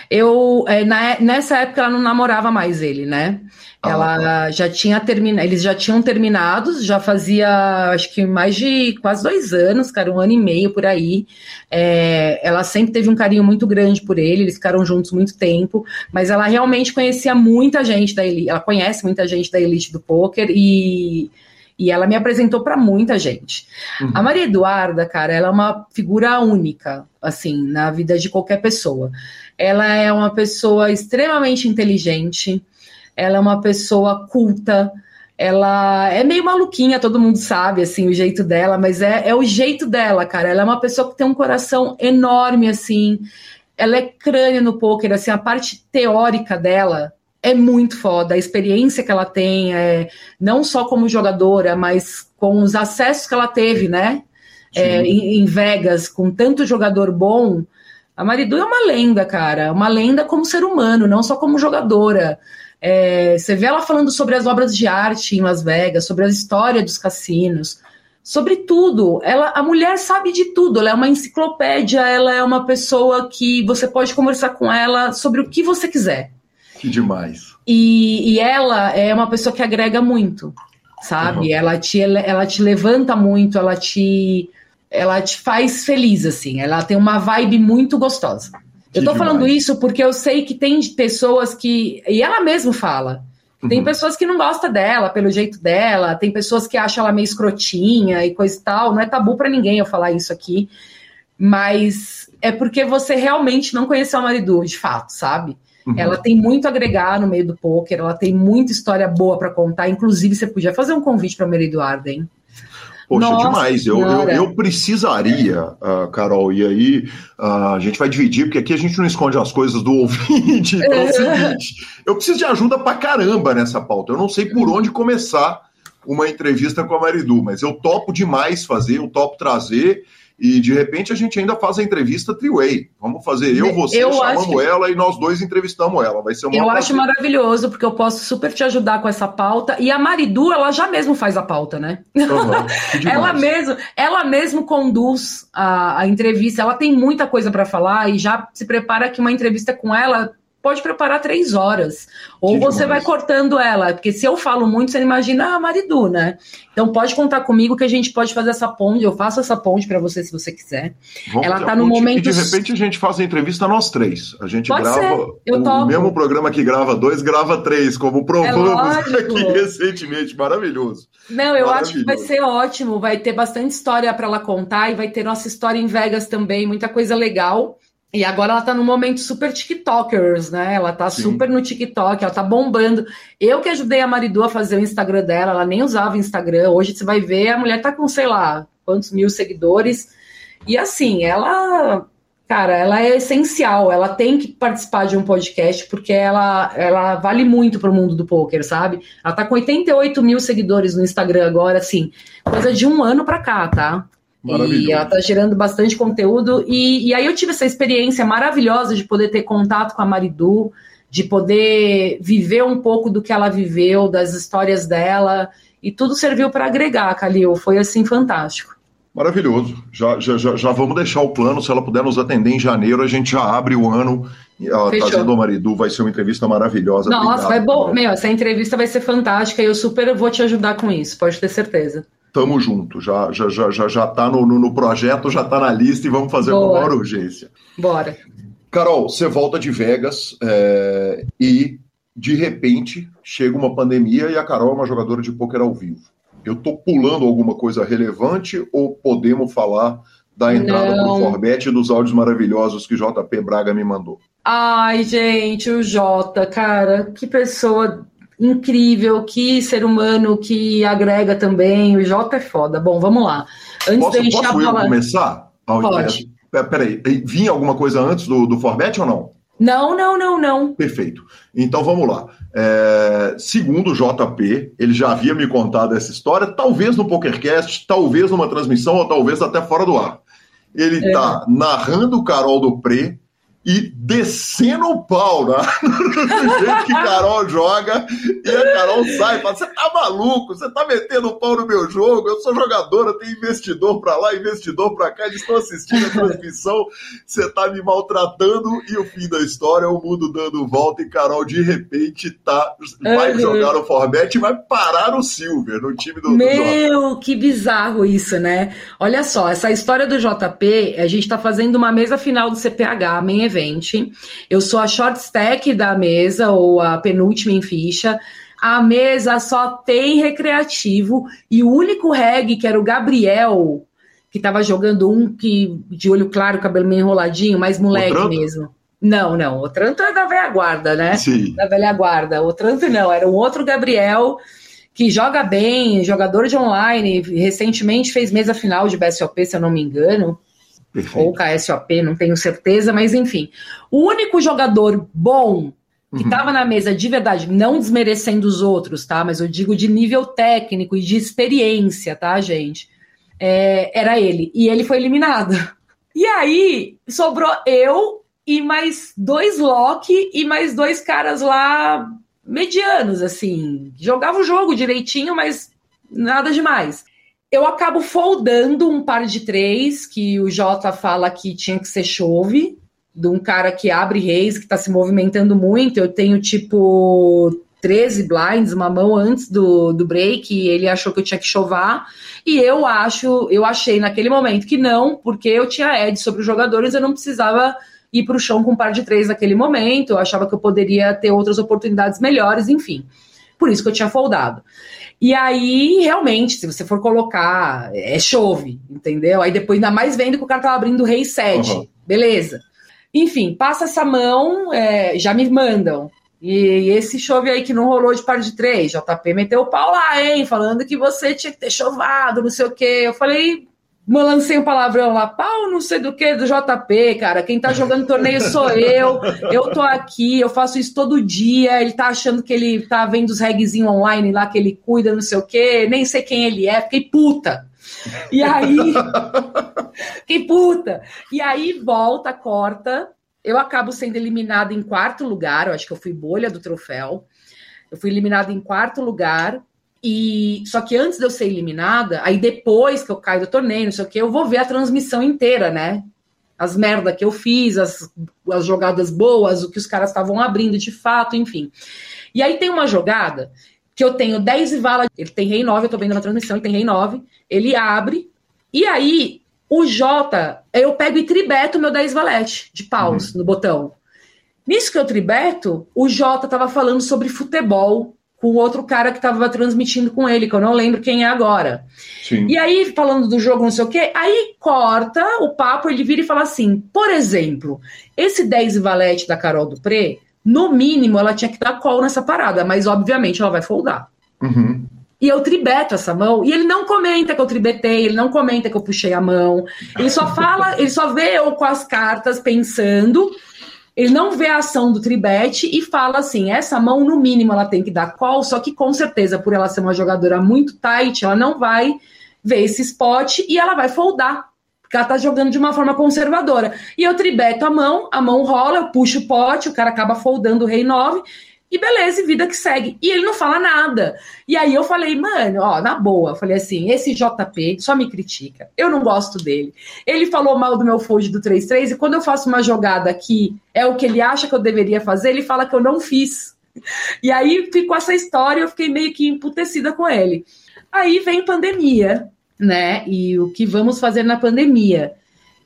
nessa época ela não namorava mais ele, né? Ela já tinha terminado, eles já tinham terminado, já fazia acho que mais de quase 2 anos, cara, 1 ano e meio por aí. Ela sempre teve um carinho muito grande por ele, eles ficaram juntos muito tempo, mas ela realmente conhecia muita gente da elite, ela conhece muita gente da elite do poker e ela me apresentou para muita gente. Uhum. A Maria Eduarda, cara, ela é uma figura única, assim, na vida de qualquer pessoa. Ela é uma pessoa extremamente inteligente, ela é uma pessoa culta, ela é meio maluquinha, todo mundo sabe, assim, o jeito dela, mas é o jeito dela, cara. Ela é uma pessoa que tem um coração enorme, assim, ela é crânio no poker, assim, a parte teórica dela é muito foda, a experiência que ela tem, não só como jogadora, mas com os acessos que ela teve, né, em Vegas, com tanto jogador bom. A Maridu é uma lenda, cara, uma lenda como ser humano, não só como jogadora. Você vê ela falando sobre as obras de arte em Las Vegas, sobre a história dos cassinos, sobre tudo. A mulher sabe de tudo, ela é uma enciclopédia, ela é uma pessoa que você pode conversar com ela sobre o que você quiser. Que demais. E ela é uma pessoa que agrega muito, sabe? Uhum. Ela te levanta muito, ela te faz feliz, assim. Ela tem uma vibe muito gostosa. Eu tô falando isso porque eu sei que tem pessoas que... E ela mesma fala. Tem pessoas que não gostam dela, pelo jeito dela. Tem pessoas que acham ela meio escrotinha e coisa e tal. Não é tabu pra ninguém eu falar isso aqui. Mas é porque você realmente não conheceu a Maridu, de fato, sabe? Uhum. Ela tem muito a agregar no meio do poker. Ela tem muita história boa pra contar. Inclusive, você podia fazer um convite pra Maria Eduarda, hein? Poxa, Nossa, demais. Eu precisaria, Carol, e aí a gente vai dividir, porque aqui a gente não esconde as coisas do ouvinte. Então é o seguinte, eu preciso de ajuda pra caramba nessa pauta. Eu não sei por onde começar uma entrevista com a Maridu, mas eu topo demais fazer, eu topo trazer, e de repente a gente ainda faz a entrevista three-way. Vamos fazer você, chamamos ela e nós dois entrevistamos ela. Vai ser uma prazer. Acho maravilhoso, porque eu posso super te ajudar com essa pauta. E a Maridu, ela já mesmo faz a pauta, né? Ela mesmo conduz a entrevista. Ela tem muita coisa para falar e já se prepara que uma entrevista com ela pode preparar 3 horas. Ou você vai cortando ela, porque se eu falo muito, você imagina a Maridu, né? Então pode contar comigo que a gente pode fazer essa ponte, eu faço essa ponte para você se você quiser. Ela tá no momento... E de repente a gente faz a entrevista nós 3. A gente pode grava o mesmo programa que grava 2, grava 3, como provamos aqui recentemente. Maravilhoso. Não, eu acho que vai ser ótimo, vai ter bastante história para ela contar e vai ter nossa história em Vegas também, muita coisa legal. E agora ela tá no momento super TikTokers, né? Ela tá super no TikTok, ela tá bombando. Eu que ajudei a Maridu a fazer o Instagram dela, ela nem usava Instagram. Hoje você vai ver, a mulher tá com, sei lá, quantos mil seguidores. E assim, ela é essencial. Ela tem que participar de um podcast, porque ela vale muito pro mundo do poker, sabe? Ela tá com 88 mil seguidores no Instagram agora, assim, coisa de 1 ano pra cá, tá? E ela tá gerando bastante conteúdo, e aí eu tive essa experiência maravilhosa de poder ter contato com a Maridu, de poder viver um pouco do que ela viveu, das histórias dela, e tudo serviu para agregar, Calil, foi assim fantástico. Maravilhoso, já vamos deixar o plano, se ela puder nos atender em janeiro, a gente já abre o ano, trazendo a Maridu, vai ser uma entrevista maravilhosa. Nossa, vai bom, essa entrevista vai ser fantástica, e eu super vou te ajudar com isso, pode ter certeza. Tamo junto, já tá no projeto, já tá na lista e vamos fazer com a maior urgência. Bora. Carol, você volta de Vegas e, de repente, chega uma pandemia e a Carol é uma jogadora de pôquer ao vivo. Eu tô pulando alguma coisa relevante ou podemos falar da entrada pro Forbet e dos áudios maravilhosos que JP Braga me mandou? Ai, gente, o Jota, cara, que pessoa... incrível, que ser humano que agrega também, o Jota é foda. Bom, vamos lá. Posso eu começar? Pode. Peraí, vinha alguma coisa antes do Forbet ou não? Não. Perfeito. Então vamos lá. Segundo o JP, ele já havia me contado essa história, talvez no PokerCast, talvez numa transmissão ou talvez até fora do ar. Ele tá narrando o Carol do Pré e descendo o pau, né? Do jeito que Carol joga, e a Carol sai e fala, você tá maluco, você tá metendo o pau no meu jogo, eu sou jogadora, tem investidor pra lá, investidor pra cá, eles estão assistindo a transmissão, você tá me maltratando, e o fim da história é o mundo dando volta, e Carol, de repente, vai jogar o Forbet e vai parar no Silver, no time do Meu, que bizarro isso, né? Olha só, essa história do JP, a gente tá fazendo uma mesa final do CPH, main event. Eu sou a short stack da mesa, ou a penúltima em ficha. A mesa só tem recreativo, e o único reg, que era o Gabriel, que tava jogando de olho claro, cabelo meio enroladinho, mais moleque mesmo. Não, o Tranto é da velha guarda, né? Sim. Da velha guarda. O Tranto não, era um outro Gabriel que joga bem, jogador de online, recentemente fez mesa final de BSOP, se eu não me engano. Perfeito. Ou KSOP, não tenho certeza, mas enfim. O único jogador bom que estava na mesa de verdade, não desmerecendo os outros, tá? Mas eu digo de nível técnico e de experiência, tá, gente? Era ele. E ele foi eliminado. E aí, sobrou eu e mais 2 Loki e mais 2 caras lá medianos, assim. Jogava o jogo direitinho, mas nada demais. Eu acabo foldando um par de 3, que o Jota fala que tinha que ser chove, de um cara que abre reis, que tá se movimentando muito. Eu tenho, 13 blinds, uma mão antes do break, e ele achou que eu tinha que chovar. E eu achei naquele momento que não, porque eu tinha edge sobre os jogadores, eu não precisava ir pro chão com um par de 3 naquele momento. Eu achava que eu poderia ter outras oportunidades melhores, enfim. Por isso que eu tinha foldado. E aí, realmente, se você for colocar, chove, entendeu? Aí depois, ainda mais vendo que o cara tava abrindo rei 7. Beleza. Enfim, passa essa mão, já me mandam. E esse chove aí que não rolou de par de 3, JP meteu o pau lá, hein? Falando que você tinha que ter chovado, não sei o quê. Eu falei, lancei um palavrão lá, pau não sei do que, do JP, cara. Quem tá jogando torneio sou eu tô aqui, eu faço isso todo dia. Ele tá achando que ele tá vendo os regzinhos online lá, que ele cuida, não sei o quê. Nem sei quem ele é, fiquei puta. E aí, fiquei puta. E aí volta, corta. Eu acabo sendo eliminada em 4º lugar, eu acho que eu fui bolha do troféu. Eu fui eliminada em 4º lugar, só que antes de eu ser eliminada, aí depois que eu caio do torneio, não sei o que, eu vou ver a transmissão inteira, né? As merdas que eu fiz, as jogadas boas, o que os caras estavam abrindo de fato, enfim. E aí tem uma jogada que eu tenho 10 e vala, ele tem rei 9, eu tô vendo na transmissão, ele tem rei 9, ele abre, e aí o Jota, eu pego e tribeto meu 10 valete de paus no botão. Nisso que eu tribeto, o Jota tava falando sobre futebol com outro cara que tava transmitindo com ele, que eu não lembro quem é agora. Sim. E aí, falando do jogo, não sei o quê, aí corta o papo, ele vira e fala assim, por exemplo, esse 10 valete da Carol Dupré, no mínimo, ela tinha que dar call nessa parada, mas obviamente ela vai foldar. Uhum. E eu tribeto essa mão, e ele não comenta que eu tribetei, ele não comenta que eu puxei a mão, ele só fala, ele só vê eu com as cartas pensando, ele não vê a ação do tribete e fala assim, essa mão no mínimo ela tem que dar call, só que com certeza por ela ser uma jogadora muito tight, ela não vai ver esse spot e ela vai foldar, porque ela tá jogando de uma forma conservadora. E eu tribeto a mão rola, eu puxo o pote, o cara acaba foldando o rei 9, e beleza, e vida que segue. E ele não fala nada. E aí eu falei, mano, ó, na boa, eu falei assim, esse JP só me critica, eu não gosto dele. Ele falou mal do meu fold do 3-3, e quando eu faço uma jogada que é o que ele acha que eu deveria fazer, ele fala que eu não fiz. E aí ficou essa história, eu fiquei meio que emputecida com ele. Aí vem pandemia, né, e o que vamos fazer na pandemia?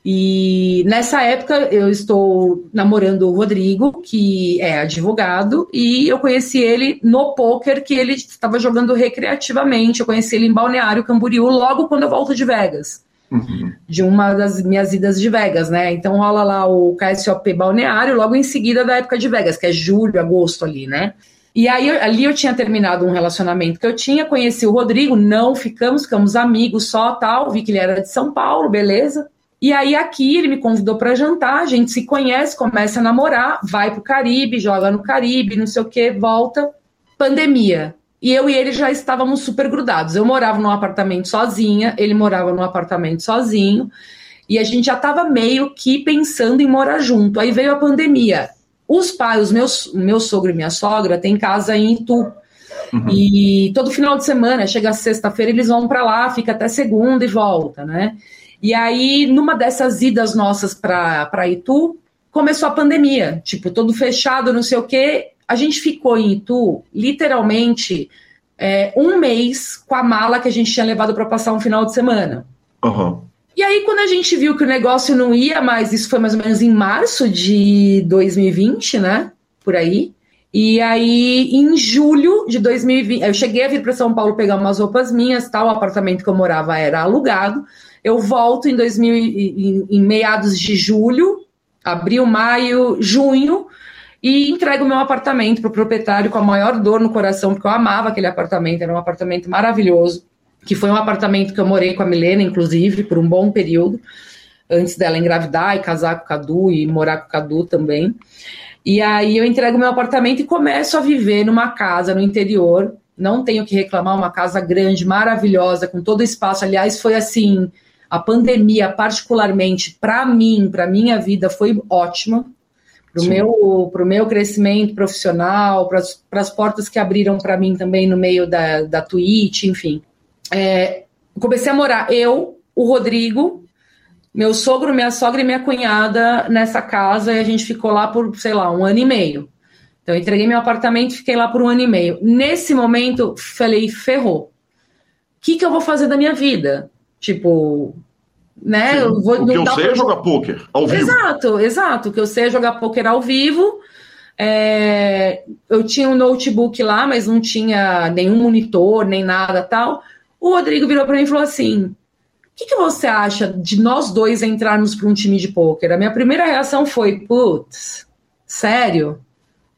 E nessa época eu estou namorando o Rodrigo, que é advogado, e eu conheci ele no poker que ele estava jogando recreativamente. Eu conheci ele em Balneário Camboriú logo quando eu volto de Vegas, de uma das minhas idas de Vegas, né? Então rola lá o KSOP Balneário logo em seguida da época de Vegas, que é julho, agosto ali, né? E aí ali eu tinha terminado um relacionamento que eu tinha, conheci o Rodrigo, não ficamos amigos só, tal, vi que ele era de São Paulo, beleza. E aí aqui ele me convidou para jantar, a gente se conhece, começa a namorar, vai pro Caribe, joga no Caribe, não sei o que, volta, pandemia. E eu e ele já estávamos super grudados. Eu morava num apartamento sozinha, ele morava num apartamento sozinho, e a gente já estava meio que pensando em morar junto. Aí veio a pandemia. Os pais, meu sogro e minha sogra têm casa em Itu. E todo final de semana, chega sexta-feira, eles vão para lá, fica até segunda e volta, né? E aí, numa dessas idas nossas para Itu, começou a pandemia, tipo, todo fechado, não sei o quê. A gente ficou em Itu, literalmente, um mês com a mala que a gente tinha levado para passar um final de semana. E aí, quando a gente viu que o negócio não ia mais, isso foi mais ou menos em março de 2020, né, por aí. E aí, em julho de 2020, eu cheguei a vir para São Paulo pegar umas roupas minhas, tal, o apartamento que eu morava era alugado. Eu volto em meados de julho, abril, maio, junho, e entrego meu apartamento para o proprietário com a maior dor no coração, porque eu amava aquele apartamento, era um apartamento maravilhoso, que foi um apartamento que eu morei com a Milena, inclusive, por um bom período, antes dela engravidar e casar com o Cadu e morar com o Cadu também. E aí eu entrego meu apartamento e começo a viver numa casa no interior, não tenho que reclamar, uma casa grande, maravilhosa, com todo o espaço. Aliás, foi assim, a pandemia, particularmente, para mim, para minha vida, foi ótima. Para o meu crescimento profissional, para as portas que abriram para mim também no meio da Twitch, enfim. Comecei a morar eu, o Rodrigo, meu sogro, minha sogra e minha cunhada nessa casa, e a gente ficou lá por, sei lá, 1 ano e meio. Então, eu entreguei meu apartamento e fiquei lá por 1 ano e meio. Nesse momento, falei, ferrou. O que eu vou fazer da minha vida? Tipo, né? O que eu sei é jogar pôquer ao vivo. Exato. O que eu sei é jogar pôquer ao vivo. Eu tinha um notebook lá, mas não tinha nenhum monitor, nem nada tal. O Rodrigo virou para mim e falou assim, o que você acha de nós dois entrarmos para um time de pôquer? A minha primeira reação foi, putz, sério?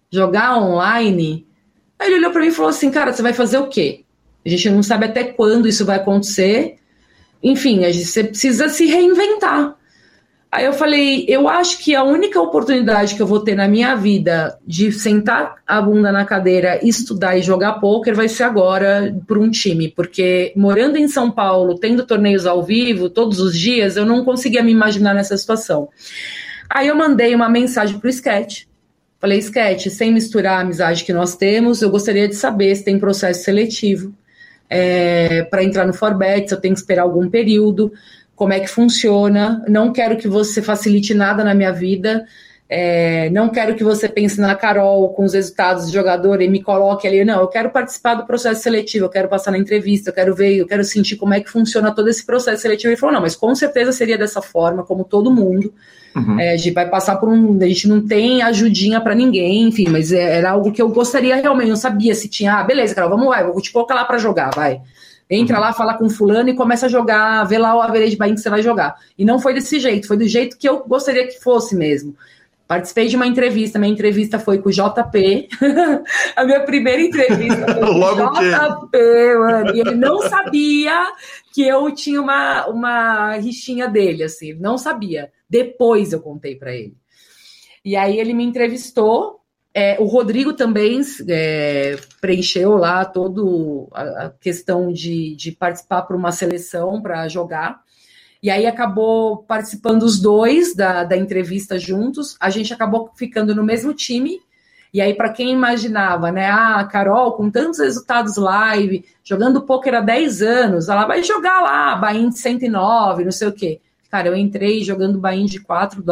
jogar online? Aí ele olhou para mim e falou assim, cara, você vai fazer o quê? A gente não sabe até quando isso vai acontecer. Enfim, você precisa se reinventar. Aí eu falei, eu acho que a única oportunidade que eu vou ter na minha vida de sentar a bunda na cadeira, estudar e jogar pôquer vai ser agora por um time, porque morando em São Paulo, tendo torneios ao vivo todos os dias, eu não conseguia me imaginar nessa situação. Aí eu mandei uma mensagem pro Sketch. Falei, Sketch, sem misturar a amizade que nós temos, eu gostaria de saber se tem processo seletivo para entrar no Forbet, se eu tenho que esperar algum período, como é que funciona, não quero que você facilite nada na minha vida, não quero que você pense na Carol com os resultados do jogador e me coloque ali, não, eu quero participar do processo seletivo, eu quero passar na entrevista, eu quero ver, eu quero sentir como é que funciona todo esse processo seletivo. Ele falou, não, mas com certeza seria dessa forma, como todo mundo, a gente vai passar por a gente não tem ajudinha pra ninguém, enfim, mas era algo que eu gostaria realmente, eu não sabia se tinha, beleza, Carol, vamos lá, eu vou te colocar lá pra jogar, vai. Entra lá, fala com fulano e começa a jogar, vê lá o average buy-in que você vai jogar. E não foi desse jeito, foi do jeito que eu gostaria que fosse mesmo. Participei de uma entrevista, minha entrevista foi com o JP, a minha primeira entrevista foi com o JP, mano, e ele não sabia que eu tinha uma rixinha dele, assim, não sabia. Depois eu contei pra ele. E aí ele me entrevistou. O Rodrigo também preencheu lá toda a questão de participar por uma seleção para jogar, e aí acabou participando os dois da entrevista juntos, a gente acabou ficando no mesmo time, e aí para quem imaginava, né, a Carol com tantos resultados live, jogando pôquer há 10 anos, ela vai jogar lá, buy-in de 109, não sei o quê. Cara, eu entrei jogando buy-in de $4,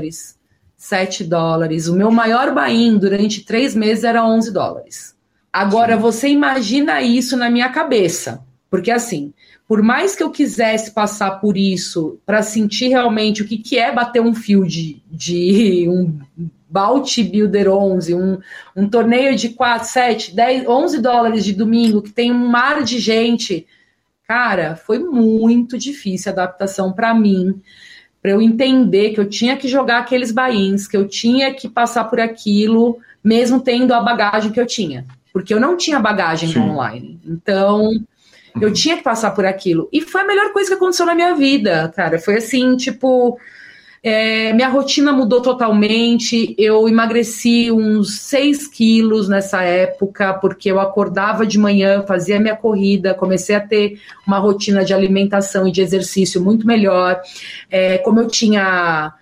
$7. O meu maior buy-in durante 3 meses era $11. Agora, você imagina isso na minha cabeça. Porque, assim, por mais que eu quisesse passar por isso para sentir realmente o que é bater um field de um Bounty Builder 11, um torneio de 4, 7, 10, $11 de domingo, que tem um mar de gente, cara, foi muito difícil a adaptação para mim, para eu entender que eu tinha que jogar aqueles buy-ins, que eu tinha que passar por aquilo, mesmo tendo a bagagem que eu tinha. Porque eu não tinha bagagem online. Então, eu tinha que passar por aquilo. E foi a melhor coisa que aconteceu na minha vida, cara. Foi assim, tipo... minha rotina mudou totalmente, eu emagreci uns 6 quilos nessa época, porque eu acordava de manhã, fazia minha corrida, comecei a ter uma rotina de alimentação e de exercício muito melhor, como eu tinha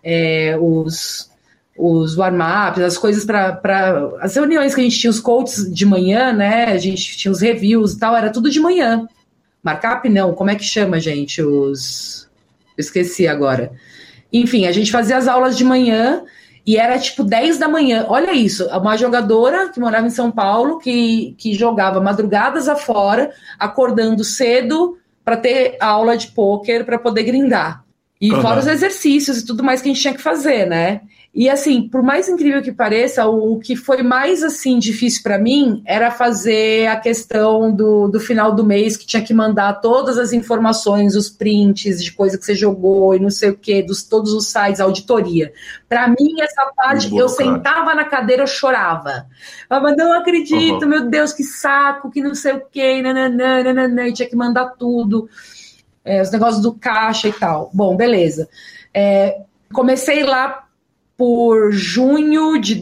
os warm-ups, as coisas para as reuniões que a gente tinha, os coaches de manhã, né, a gente tinha os reviews e tal, era tudo de manhã. Markup não, como é que chama, gente? Eu esqueci agora. Enfim, a gente fazia as aulas de manhã e era tipo 10 da manhã. Olha isso, uma jogadora que morava em São Paulo, que jogava madrugadas afora, acordando cedo para ter aula de pôquer para poder grindar. E fora os exercícios e tudo mais que a gente tinha que fazer, né? E assim, por mais incrível que pareça, o que foi mais assim difícil para mim era fazer a questão do final do mês, que tinha que mandar todas as informações, os prints de coisa que você jogou e não sei o que, todos os sites, auditoria. Para mim, essa parte, eu sentava na cadeira, eu chorava. Eu falava, não acredito, meu Deus, que saco, que não sei o que, nananã, e tinha que mandar tudo. Os negócios do caixa e tal. Bom, beleza. Comecei lá por julho de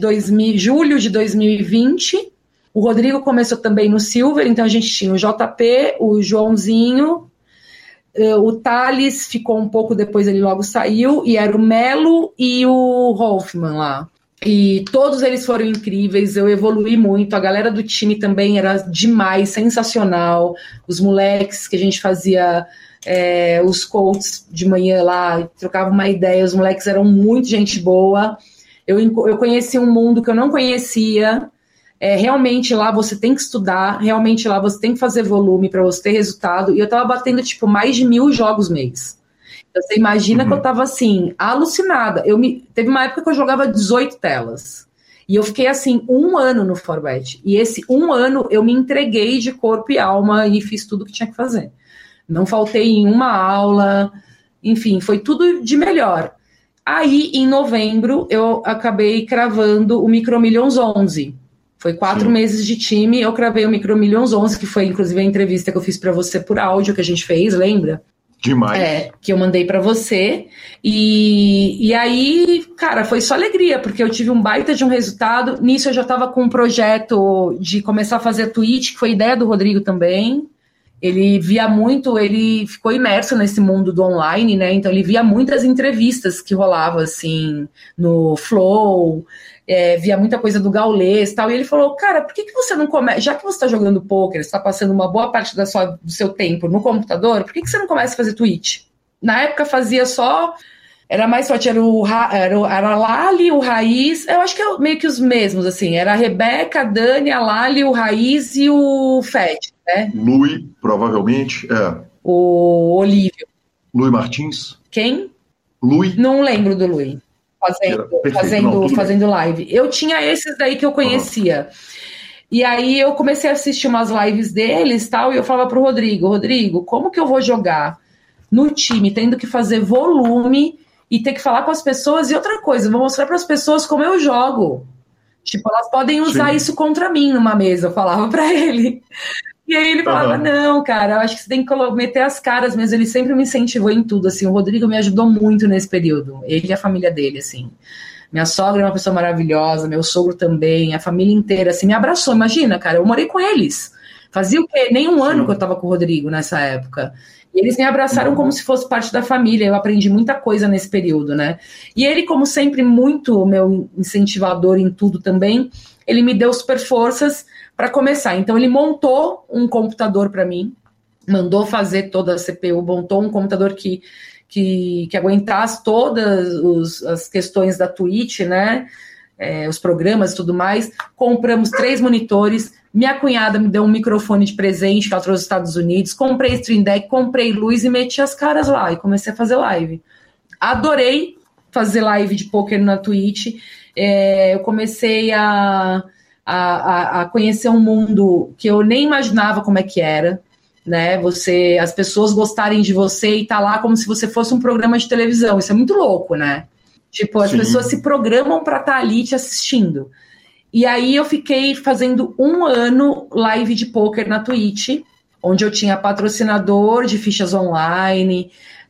2020. O Rodrigo começou também no Silver, então a gente tinha o JP, o Joãozinho, o Thales ficou um pouco depois, ele logo saiu, e era o Melo e o Hoffman lá. E todos eles foram incríveis, eu evoluí muito, a galera do time também era demais, sensacional, os moleques que a gente fazia... os coaches de manhã lá, trocavam uma ideia, os moleques eram muito gente boa, eu conheci um mundo que eu não conhecia, realmente lá você tem que estudar, realmente lá você tem que fazer volume para você ter resultado, e eu tava batendo tipo mais de 1.000 jogos mês. Então, você imagina que eu tava assim, alucinada, teve uma época que eu jogava 18 telas, e eu fiquei assim 1 ano no Forbet, e esse 1 ano eu me entreguei de corpo e alma e fiz tudo o que tinha que fazer. Não faltei em uma aula, enfim, foi tudo de melhor. Aí, em novembro, eu acabei cravando o Micro Millions 11. Foi 4 meses de time, eu cravei o Micro Millions 11, que foi, inclusive, a entrevista que eu fiz para você por áudio, que a gente fez, lembra? Demais. Que eu mandei pra você. E aí, cara, foi só alegria, porque eu tive um baita de um resultado. Nisso eu já tava com um projeto de começar a fazer Twitch, que foi ideia do Rodrigo também. Ele via muito, ele ficou imerso nesse mundo do online, né? Então ele via muitas entrevistas que rolavam, assim, no Flow, via muita coisa do Gaules e tal. E ele falou, cara, por que você não começa, já que você tá jogando poker, você tá passando uma boa parte do seu tempo no computador, por que você não começa a fazer Twitch? Na época fazia só, era mais forte, era a Lali, o Raiz, eu acho que é meio que os mesmos, assim, era a Rebeca, a Dani, a Lali, o Raiz e o Fed, né? Lui, provavelmente, O Olívio. Lui Martins? Quem? Lui? Não lembro do Lui. Fazendo live. Eu tinha esses daí que eu conhecia. E aí eu comecei a assistir umas lives deles tal, e eu falava pro Rodrigo, como que eu vou jogar no time, tendo que fazer volume e ter que falar com as pessoas? E outra coisa, eu vou mostrar para as pessoas como eu jogo. Tipo, elas podem usar isso contra mim numa mesa, eu falava para ele. E aí ele falava, não, cara, eu acho que você tem que meter as caras mesmo. Ele sempre me incentivou em tudo, assim. O Rodrigo me ajudou muito nesse período. Ele e a família dele, assim. Minha sogra é uma pessoa maravilhosa, meu sogro também, a família inteira, assim, me abraçou. Imagina, cara, eu morei com eles. Fazia o quê? Nem um ano que eu tava com o Rodrigo nessa época. E eles me abraçaram como se fosse parte da família. Eu aprendi muita coisa nesse período, né? E ele, como sempre, muito meu incentivador em tudo também, ele me deu super forças para começar. Então ele montou um computador para mim, mandou fazer toda a CPU, montou um computador que aguentasse todas as questões da Twitch, né? Os programas e tudo mais. Compramos 3 monitores. Minha cunhada me deu um microfone de presente que ela trouxe dos Estados Unidos. Comprei Stream Deck, comprei luz e meti as caras lá e comecei a fazer live. Adorei fazer live de poker na Twitch. Eu comecei a conhecer um mundo que eu nem imaginava como é que era, né? As pessoas gostarem de você e tá lá como se você fosse um programa de televisão. Isso é muito louco, né? Tipo, as pessoas se programam para estar ali te assistindo. E aí eu fiquei fazendo 1 ano live de poker na Twitch, onde eu tinha patrocinador de fichas online,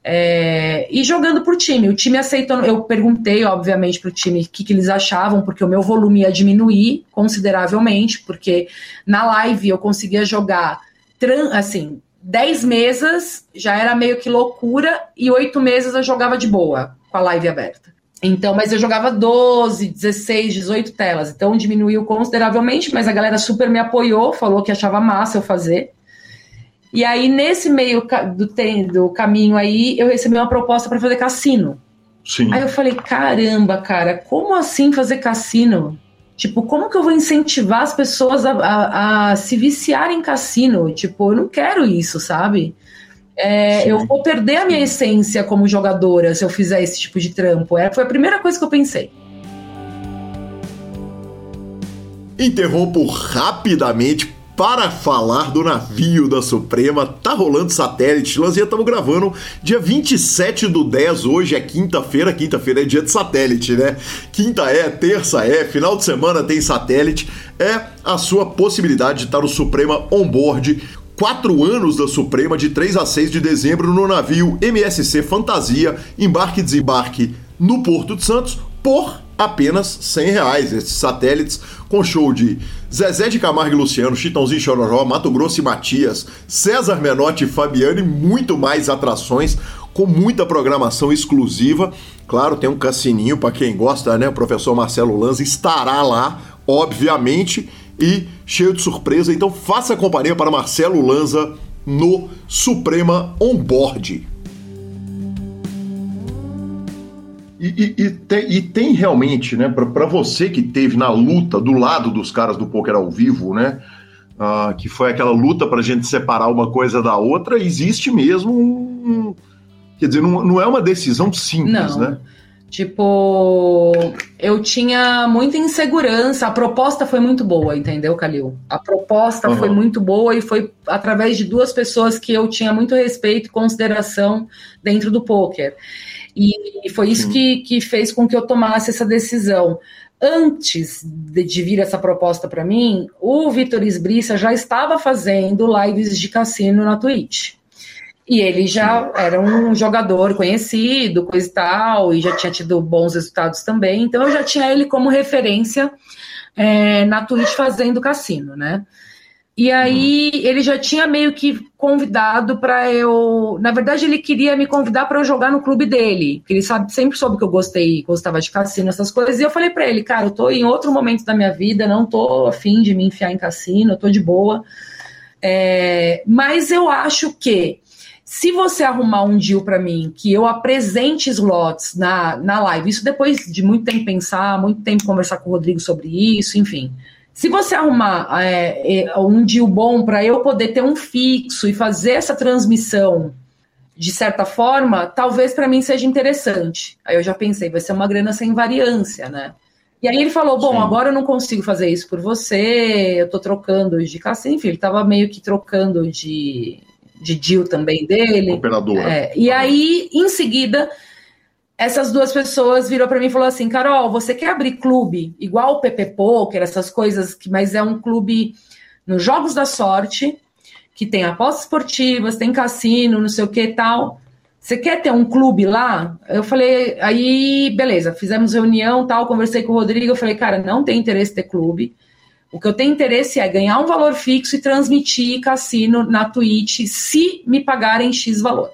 e jogando por time. O time aceitou, eu perguntei, obviamente, para o time o que eles achavam, porque o meu volume ia diminuir consideravelmente, porque na live eu conseguia jogar, assim, 10 mesas já era meio que loucura, e 8 mesas eu jogava de boa, com a live aberta. Então, mas eu jogava 12, 16, 18 telas, então diminuiu consideravelmente, mas a galera super me apoiou, falou que achava massa eu fazer. E aí, nesse meio do caminho aí, eu recebi uma proposta para fazer cassino. Sim. Aí eu falei, caramba, cara, como assim fazer cassino? Tipo, como que eu vou incentivar as pessoas a se viciarem em cassino? Tipo, eu não quero isso, sabe? Eu vou perder a minha essência como jogadora se eu fizer esse tipo de trampo. Foi a primeira coisa que eu pensei. Interrompo rapidamente para falar do navio da Suprema. Tá rolando satélite, Lanzinha, estamos gravando dia 27/10, hoje é quinta-feira é dia de satélite, né? Quinta terça final de semana tem satélite, a sua possibilidade de estar no Suprema on-board. 4 anos da Suprema, de 3 a 6 de dezembro, no navio MSC Fantasia, embarque e desembarque no Porto de Santos, por apenas R$100. Esses satélites com show de Zezé de Camargo e Luciano, Chitãozinho e Chororó, Mato Grosso e Matias, César Menotti e Fabiano, e muito mais atrações, com muita programação exclusiva. Claro, tem um cassininho para quem gosta, né? O professor Marcelo Lanza estará lá, obviamente, e cheio de surpresa. Então faça companhia para Marcelo Lanza no Suprema On Board. E tem realmente, né, para você que teve na luta do lado dos caras do poker ao vivo, né, que foi aquela luta para a gente separar uma coisa da outra, existe mesmo quer dizer, não é uma decisão simples, não. Né? Tipo, eu tinha muita insegurança. A proposta foi muito boa, entendeu, Calil? A proposta foi muito boa e foi através de 2 pessoas que eu tinha muito respeito e consideração dentro do pôquer. E foi isso que fez com que eu tomasse essa decisão. Antes de vir essa proposta para mim, o Vitor Esbriça já estava fazendo lives de cassino na Twitch. E ele já era um jogador conhecido, coisa e tal, e já tinha tido bons resultados também. Então eu já tinha ele como referência na Twitch fazendo cassino, né? E aí ele já tinha meio que convidado para eu... Na verdade, ele queria me convidar para eu jogar no clube dele, porque ele sempre soube que eu gostava de cassino, essas coisas. E eu falei para ele, cara, eu tô em outro momento da minha vida, não tô a fim de me enfiar em cassino, eu tô de boa. Mas eu acho que se você arrumar um deal para mim, que eu apresente slots na live, isso depois de muito tempo pensar, muito tempo conversar com o Rodrigo sobre isso, enfim. Se você arrumar um deal bom para eu poder ter um fixo e fazer essa transmissão de certa forma, talvez para mim seja interessante. Aí eu já pensei, vai ser uma grana sem variância, né? E aí ele falou, bom, agora eu não consigo fazer isso por você, eu tô trocando de cassino, enfim, ele tava meio que trocando de deal também dele. Operadora. E aí, em seguida, essas 2 pessoas viram para mim e falaram assim, Carol, você quer abrir clube igual o PP Poker, essas coisas, mas é um clube nos Jogos da Sorte, que tem apostas esportivas, tem cassino, não sei o que e tal. Você quer ter um clube lá? Eu falei, aí, beleza, fizemos reunião, tal, conversei com o Rodrigo, eu falei, cara, não tem interesse em ter clube. O que eu tenho interesse é ganhar um valor fixo e transmitir cassino na Twitch se me pagarem X valor.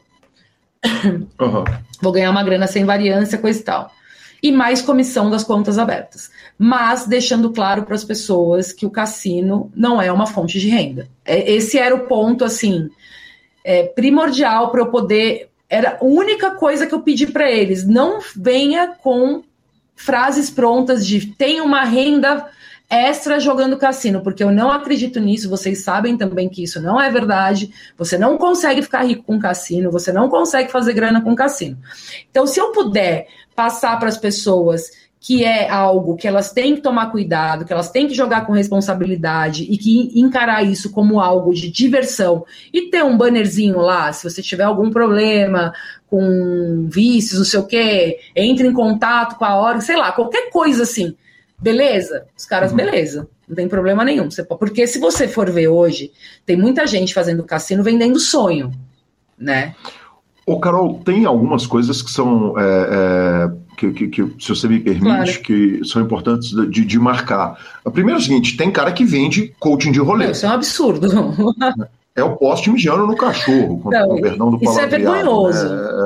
Vou ganhar uma grana sem variância, coisa e tal. E mais comissão das contas abertas. Mas deixando claro para as pessoas que o cassino não é uma fonte de renda. Esse era o ponto, assim, primordial para eu poder... Era a única coisa que eu pedi para eles. Não venha com frases prontas de tem uma renda extra jogando cassino, porque eu não acredito nisso, vocês sabem também que isso não é verdade, você não consegue ficar rico com cassino, você não consegue fazer grana com cassino. Então, se eu puder passar para as pessoas que é algo que elas têm que tomar cuidado, que elas têm que jogar com responsabilidade e que encarar isso como algo de diversão e ter um bannerzinho lá, se você tiver algum problema com vícios, não sei o quê, entre em contato com a hora, sei lá, qualquer coisa assim. Beleza? Os caras, beleza. Não tem problema nenhum. Porque se você for ver hoje, tem muita gente fazendo cassino vendendo sonho, né? Ô, Carol, tem algumas coisas que são, que se você me permite, que são importantes de marcar. A primeira é o seguinte, tem cara que vende coaching de rolê. Isso é um absurdo. É o poste mijando no cachorro, com o perdão do palavreado. Isso é vergonhoso.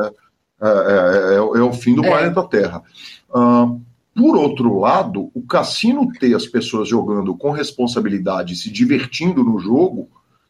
É o fim do planeta Terra. Por outro lado, o cassino ter as pessoas jogando com responsabilidade, se divertindo no jogo,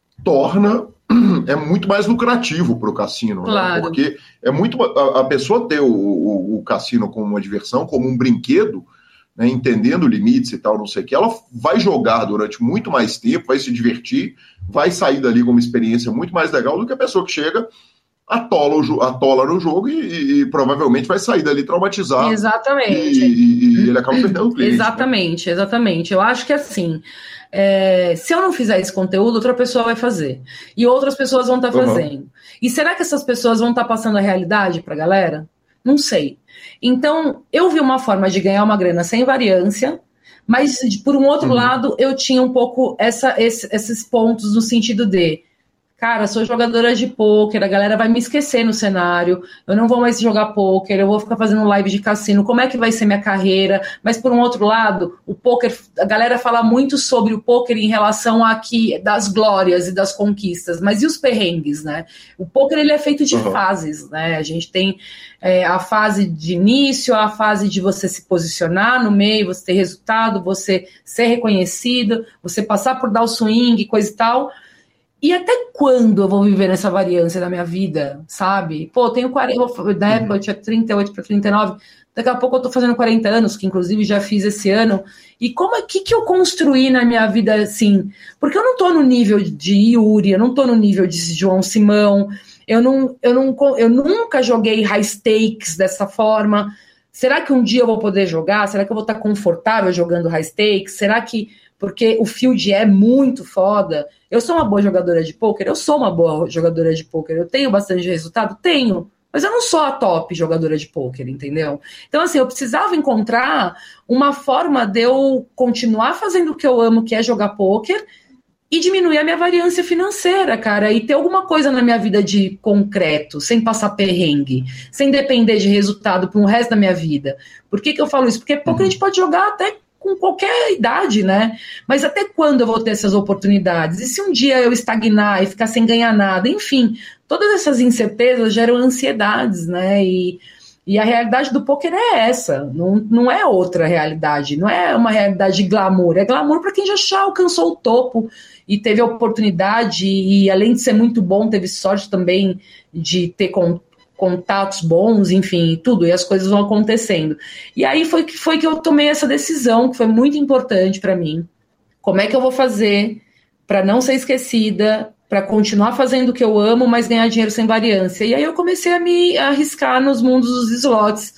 é muito mais lucrativo para o cassino, né? Porque é muito a pessoa ter o cassino como uma diversão, como um brinquedo, né, entendendo limites e tal, não sei o que, ela vai jogar durante muito mais tempo, vai se divertir, vai sair dali com uma experiência muito mais legal do que a pessoa que chega, atola no jogo e provavelmente vai sair dali traumatizado. Exatamente. E ele acaba perdendo o cliente. Exatamente, né? Exatamente. Eu acho que assim, se eu não fizer esse conteúdo, outra pessoa vai fazer. E outras pessoas vão estar fazendo. E será que essas pessoas vão estar passando a realidade pra galera? Não sei. Então, eu vi uma forma de ganhar uma grana sem variância, mas, por um outro lado, eu tinha um pouco esses pontos no sentido de cara, sou jogadora de pôquer, a galera vai me esquecer no cenário, eu não vou mais jogar pôquer, eu vou ficar fazendo live de cassino, como é que vai ser minha carreira? Mas, por um outro lado, o pôquer, a galera fala muito sobre o pôquer em relação aqui das glórias e das conquistas, mas e os perrengues, né? O pôquer, ele é feito de fases, né? A gente tem a fase de início, a fase de você se posicionar no meio, você ter resultado, você ser reconhecido, você passar por dar o swing, coisa e tal. E até quando eu vou viver nessa variância da minha vida, sabe? Pô, tenho 40, na época eu tinha 38 para 39, daqui a pouco eu tô fazendo 40 anos, que inclusive já fiz esse ano, e que eu construí na minha vida, assim? Porque eu não tô no nível de Yuri, eu não tô no nível de João Simão, eu nunca joguei high stakes dessa forma, Será que um dia eu vou poder jogar? Será que eu vou estar confortável jogando high stakes? Será que... Porque o field é muito foda. Eu sou uma boa jogadora de pôquer? Eu sou uma boa jogadora de pôquer. Eu tenho bastante resultado? Tenho. Mas eu não sou a top jogadora de pôquer, entendeu? Então, assim, eu precisava encontrar uma forma de eu continuar fazendo o que eu amo, que é jogar pôquer, e diminuir a minha variância financeira, cara, e ter alguma coisa na minha vida de concreto, sem passar perrengue, sem depender de resultado pro resto da minha vida. Por que eu falo isso? Porque pôquer a gente pode jogar até com qualquer idade, né? Mas até quando eu vou ter essas oportunidades? E se um dia eu estagnar e ficar sem ganhar nada? Enfim, todas essas incertezas geram ansiedades, né? E a realidade do pôquer é essa, não é outra realidade, não é uma realidade de glamour, é glamour para quem já alcançou o topo e teve a oportunidade e, além de ser muito bom, teve sorte também de ter contatos bons, enfim, tudo, e as coisas vão acontecendo. E aí foi que eu tomei essa decisão, que foi muito importante para mim. Como é que eu vou fazer para não ser esquecida, para continuar fazendo o que eu amo, mas ganhar dinheiro sem variância? E aí eu comecei a me arriscar nos mundos dos slots,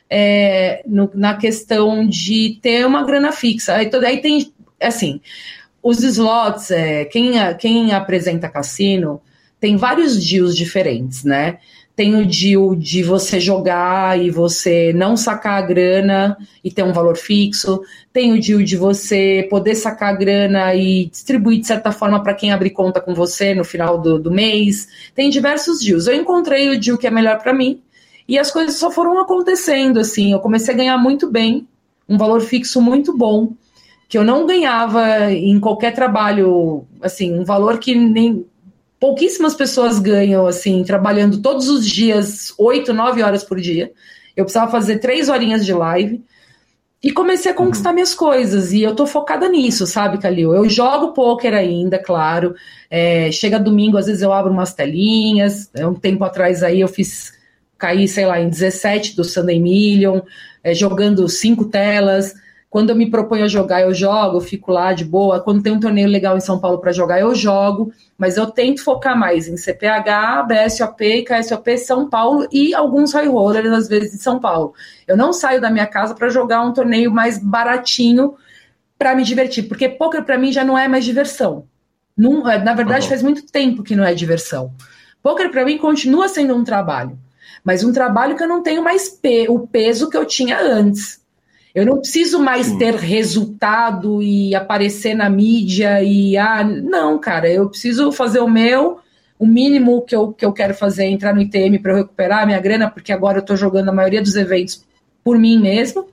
na questão de ter uma grana fixa. Aí tem, assim, os slots, quem apresenta cassino, tem vários deals diferentes, né? Tem o deal de você jogar e você não sacar a grana e ter um valor fixo. Tem o deal de você poder sacar a grana e distribuir de certa forma para quem abrir conta com você no final do mês. Tem diversos deals. Eu encontrei o deal que é melhor para mim e as coisas só foram acontecendo, assim. Eu comecei a ganhar muito bem, um valor fixo muito bom, que eu não ganhava em qualquer trabalho, assim, um valor que nem... pouquíssimas pessoas ganham, assim, trabalhando todos os dias, 8, 9 horas por dia. Eu precisava fazer 3 horinhas de live. E comecei a conquistar minhas coisas. E eu tô focada nisso, sabe, Calil? Eu jogo pôquer ainda, claro. Chega domingo, às vezes eu abro umas telinhas. Um tempo atrás aí eu caí, sei lá, em 17 do Sunday Million, jogando 5 telas. Quando eu me proponho a jogar, eu jogo, eu fico lá de boa. Quando tem um torneio legal em São Paulo para jogar, eu jogo. Mas eu tento focar mais em CPH, BSOP e KSOP São Paulo e alguns high rollers, às vezes, de São Paulo. Eu não saio da minha casa para jogar um torneio mais baratinho para me divertir, porque pôquer para mim já não é mais diversão. Não, na verdade, faz muito tempo que não é diversão. Pôquer para mim continua sendo um trabalho, mas um trabalho que eu não tenho mais o peso que eu tinha antes. Eu não preciso mais ter resultado e aparecer na mídia e... não, cara, eu preciso fazer o mínimo que eu quero fazer é entrar no ITM para eu recuperar a minha grana, porque agora eu estou jogando a maioria dos eventos por mim mesmo.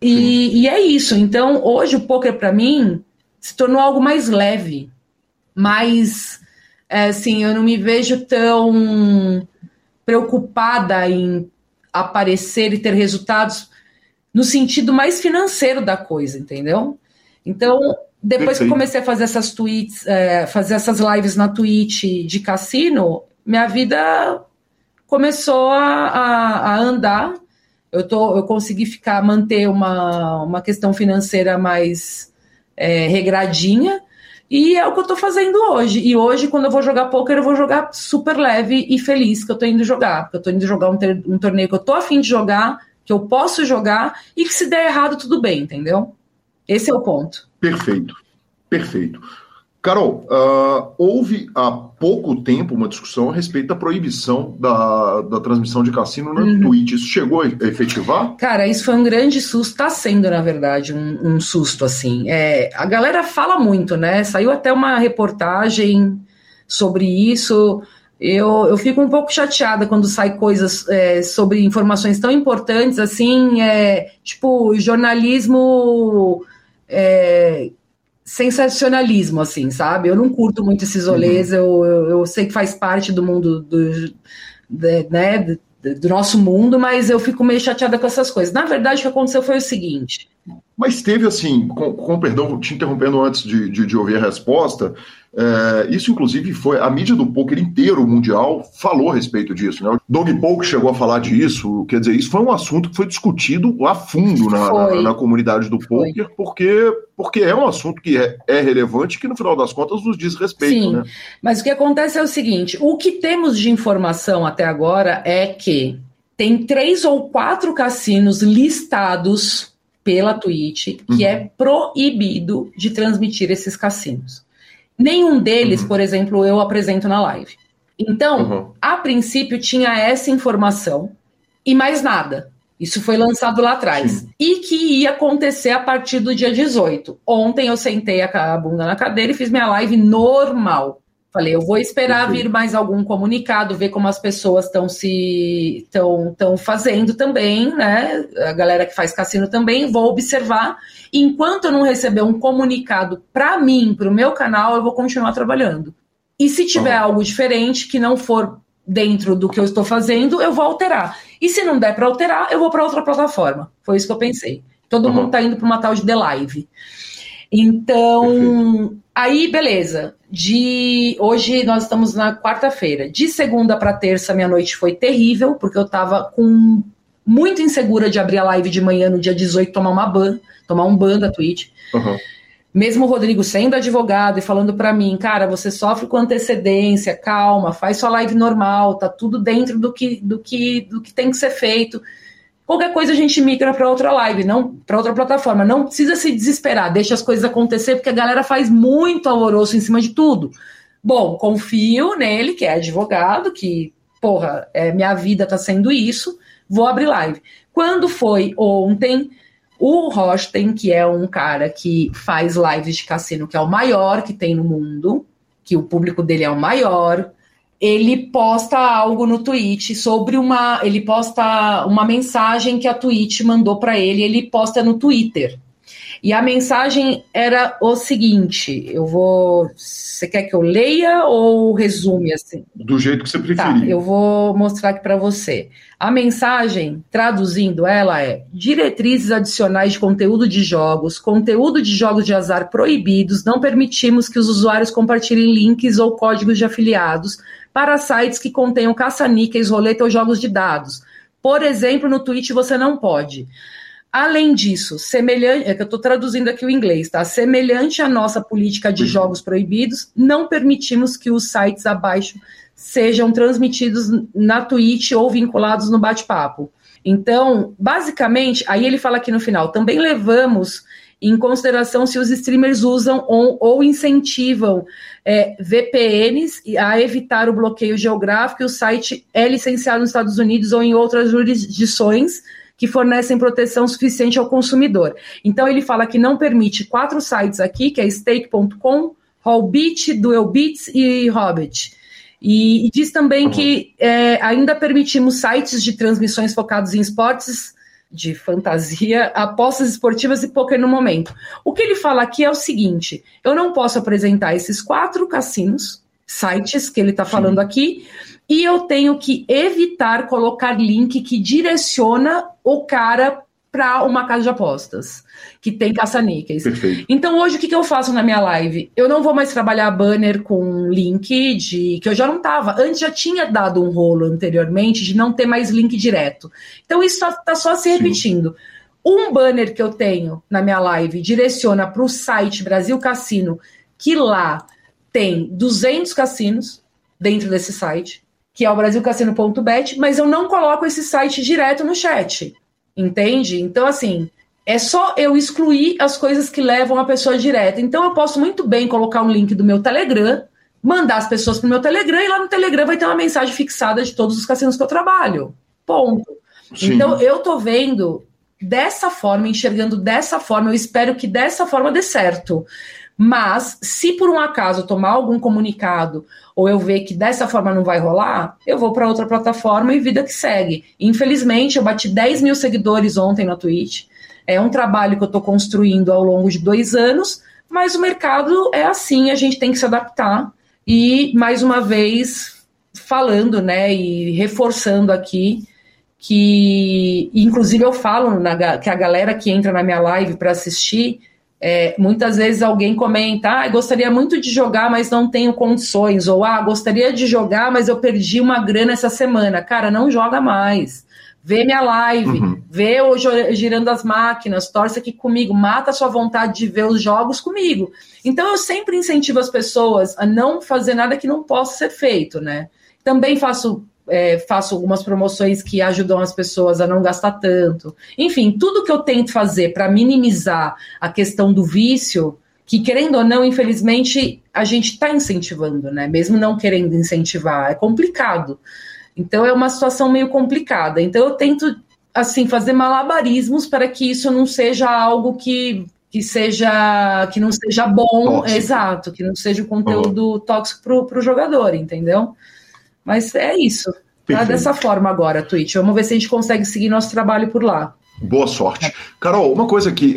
E é isso. Então, hoje o pôquer para mim se tornou algo mais leve. Mais, assim, eu não me vejo tão preocupada em aparecer e ter resultados no sentido mais financeiro da coisa, entendeu? Então, depois que eu comecei a fazer essas tweets, fazer essas lives na Twitch de cassino, minha vida começou a andar. Eu consegui manter uma questão financeira mais regradinha, e é o que eu estou fazendo hoje. E hoje, quando eu vou jogar pôquer, eu vou jogar super leve e feliz que eu estou indo jogar. Porque eu estou indo jogar um torneio que eu estou a fim de jogar, que eu posso jogar, e que se der errado, tudo bem, entendeu? Esse é o ponto. Perfeito, perfeito. Carol, houve há pouco tempo uma discussão a respeito da proibição da transmissão de cassino na Twitch. Isso chegou a efetivar? Cara, isso foi um grande susto, está sendo, na verdade, um susto, assim. A galera fala muito, né? Saiu até uma reportagem sobre isso. Eu fico um pouco chateada quando sai coisas sobre informações tão importantes, assim, tipo, jornalismo sensacionalismo, assim, sabe? Eu não curto muito esses rolês, eu sei que faz parte do mundo do nosso mundo, mas eu fico meio chateada com essas coisas. Na verdade, o que aconteceu foi o seguinte... Mas teve, assim, com perdão, te interrompendo antes de ouvir a resposta, isso, inclusive, foi a mídia do pôquer inteiro, mundial, falou a respeito disso, né? O Doug Polk chegou a falar disso, quer dizer, isso foi um assunto que foi discutido a fundo na comunidade do pôquer, porque é um assunto que é relevante e que, no final das contas, nos diz respeito. Sim, né? Mas o que acontece é o seguinte, o que temos de informação até agora é que tem 3 ou 4 cassinos listados pela Twitch que é proibido de transmitir esses cassinos. Nenhum deles, por exemplo, eu apresento na live. Então, a princípio tinha essa informação e mais nada. Isso foi lançado lá atrás. Sim. E que ia acontecer a partir do dia 18. Ontem eu sentei a bunda na cadeira e fiz minha live normal. Falei, eu vou esperar vir mais algum comunicado, ver como as pessoas estão fazendo também, né? A galera que faz cassino também, vou observar. Enquanto eu não receber um comunicado para mim, para o meu canal, eu vou continuar trabalhando. E se tiver algo diferente, que não for dentro do que eu estou fazendo, eu vou alterar. E se não der para alterar, eu vou para outra plataforma. Foi isso que eu pensei. Todo mundo está indo para uma tal de The Live. Então, aí beleza. Hoje nós estamos na quarta-feira. De segunda para terça, minha noite foi terrível, porque eu estava muito insegura de abrir a live de manhã no dia 18, tomar um ban da Twitch. Mesmo o Rodrigo sendo advogado e falando pra mim, cara, você sofre com antecedência, calma, faz sua live normal, tá tudo dentro do que tem que ser feito. Qualquer coisa a gente migra para outra live, não para outra plataforma. Não precisa se desesperar, deixa as coisas acontecer, porque a galera faz muito alvoroço em cima de tudo. Bom, confio nele, que é advogado, que, porra, minha vida tá sendo isso, vou abrir live. Quando foi ontem, o Rosten, que é um cara que faz lives de cassino, que é o maior que tem no mundo, que o público dele é o maior, ele posta algo no Twitch ele posta uma mensagem que a Twitch mandou para ele posta no Twitter. E a mensagem era o seguinte, você quer que eu leia ou resume assim? Do jeito que você preferir. Tá, eu vou mostrar aqui para você. A mensagem, traduzindo ela, é: diretrizes adicionais de conteúdo de jogos de azar proibidos, não permitimos que os usuários compartilhem links ou códigos de afiliados para sites que contenham caça-níqueis, roleta ou jogos de dados. Por exemplo, no Twitch você não pode. Além disso, semelhante, que eu estou traduzindo aqui o inglês, tá? Semelhante à nossa política de jogos proibidos, não permitimos que os sites abaixo sejam transmitidos na Twitch ou vinculados no bate-papo. Então, basicamente, aí ele fala aqui no final, também levamos em consideração se os streamers usam ou incentivam VPNs a evitar o bloqueio geográfico e o site é licenciado nos Estados Unidos ou em outras jurisdições que fornecem proteção suficiente ao consumidor. Então ele fala que não permite 4 sites aqui, que é stake.com, Rollbit, Duelbits e Hobbit. E diz também que ainda permitimos sites de transmissões focados em esportes de fantasia, apostas esportivas e poker no momento. O que ele fala aqui é o seguinte: eu não posso apresentar esses 4 cassinos, sites que ele está falando aqui, e eu tenho que evitar colocar link que direciona o cara para uma casa de apostas, que tem caça-níqueis. Perfeito. Então hoje o que eu faço na minha live? Eu não vou mais trabalhar banner com link que eu já não estava. Antes já tinha dado um rolo anteriormente de não ter mais link direto. Então isso está só se repetindo. Um banner que eu tenho na minha live direciona para o site Brasil Cassino, que lá tem 200 cassinos dentro desse site, que é o brasilcassino.bet, mas eu não coloco esse site direto no chat, entende? Então, assim, é só eu excluir as coisas que levam a pessoa direto. Então, eu posso muito bem colocar um link do meu Telegram, mandar as pessoas pro meu Telegram, e lá no Telegram vai ter uma mensagem fixada de todos os cassinos que eu trabalho. Ponto. Sim. Então, eu tô vendo dessa forma, enxergando dessa forma, eu espero que dessa forma dê certo. Mas, se por um acaso eu tomar algum comunicado ou eu ver que dessa forma não vai rolar, eu vou para outra plataforma e vida que segue. Infelizmente, eu bati 10 mil seguidores ontem na Twitch. É um trabalho que eu estou construindo ao longo de 2 anos, mas o mercado é assim, a gente tem que se adaptar. E, mais uma vez, falando, né, e reforçando aqui, que inclusive eu falo que a galera que entra na minha live para assistir, muitas vezes alguém comenta, gostaria muito de jogar, mas não tenho condições, ou gostaria de jogar, mas eu perdi uma grana essa semana. Cara, não joga mais. Vê minha live, vê eu girando as máquinas, torce aqui comigo, mata a sua vontade de ver os jogos comigo. Então eu sempre incentivo as pessoas a não fazer nada que não possa ser feito, né? Também faço faço algumas promoções que ajudam as pessoas a não gastar tanto. Enfim, tudo que eu tento fazer para minimizar a questão do vício, que querendo ou não, infelizmente, a gente está incentivando, né? Mesmo não querendo incentivar, é complicado. Então é uma situação meio complicada. Então eu tento, assim, fazer malabarismos para que isso não seja algo que não seja bom, tóxico. Exato, que não seja um conteúdo tóxico para o jogador, entendeu? Mas é isso. Tá dessa forma agora, Twitch. Vamos ver se a gente consegue seguir nosso trabalho por lá. Boa sorte. Carol, uma coisa que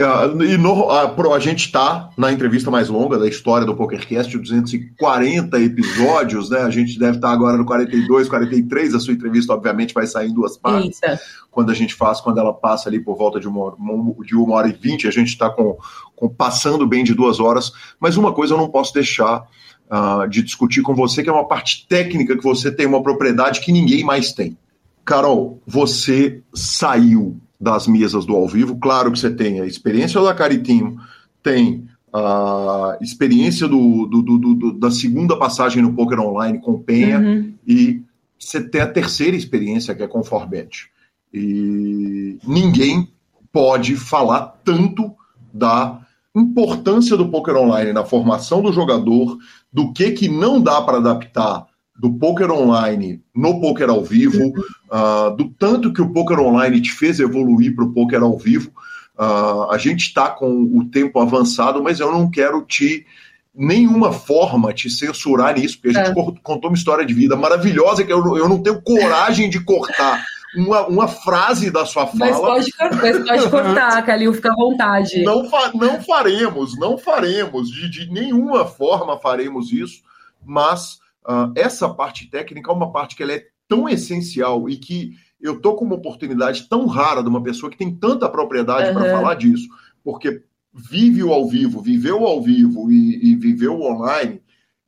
a gente está na entrevista mais longa da história do PokerCast, 240 episódios, né? A gente deve estar agora no 42, 43. A sua entrevista, obviamente, vai sair em 2 partes. Eita. Quando ela passa ali por volta de 1h20, a gente está passando bem de 2 horas. Mas uma coisa eu não posso deixar de discutir com você, que é uma parte técnica que você tem uma propriedade que ninguém mais tem. Carol, você saiu das mesas do ao vivo, claro que você tem a experiência da Caritinho, tem a experiência da segunda passagem no Poker Online com Penha, e você tem a terceira experiência, que é com Forbet. E ninguém pode falar tanto da importância do Poker Online na formação do jogador, do que não dá para adaptar do Poker Online no Poker ao vivo, do tanto que o Poker Online te fez evoluir para o Poker ao vivo. A gente está com o tempo avançado, mas eu não quero nenhuma forma te censurar nisso, porque a gente contou uma história de vida maravilhosa que eu não tenho coragem de cortar uma frase da sua fala. Mas pode cortar, Calil, fica à vontade. Não faremos, de nenhuma forma faremos isso, mas essa parte técnica é uma parte que ela é tão essencial e que eu estou com uma oportunidade tão rara de uma pessoa que tem tanta propriedade para falar disso, porque viveu o ao vivo e viveu o online,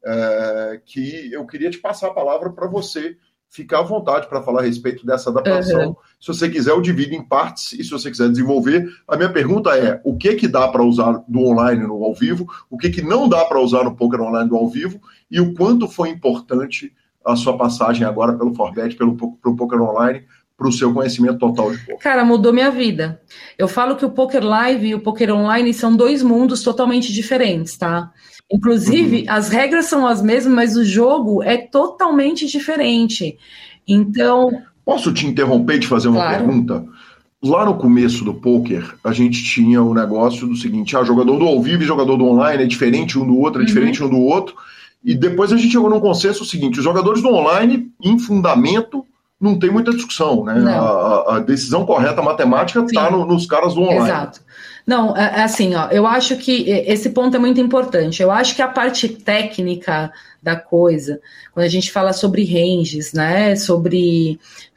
que eu queria te passar a palavra para você ficar à vontade para falar a respeito dessa adaptação. Se você quiser, eu divido em partes, e se você quiser desenvolver, a minha pergunta é, o que dá para usar do online no ao vivo, o que não dá para usar no Poker Online do ao vivo, e o quanto foi importante a sua passagem agora pelo Forbet, pro Poker Online, para o seu conhecimento total de poker. Cara, mudou minha vida. Eu falo que o Poker Live e o Poker Online são 2 mundos totalmente diferentes, tá? Inclusive, as regras são as mesmas, mas o jogo é totalmente diferente. Então... Posso te interromper e te fazer uma pergunta? Lá no começo do poker, a gente tinha o negócio do seguinte, jogador do ao vivo e jogador do online é diferente um do outro, e depois a gente chegou num consenso seguinte, os jogadores do online, em fundamento, não tem muita discussão, né? A decisão correta matemática está nos caras do online. Exato. Não, assim, eu acho que esse ponto é muito importante. Eu acho que a parte técnica da coisa, quando a gente fala sobre ranges, né? Sobre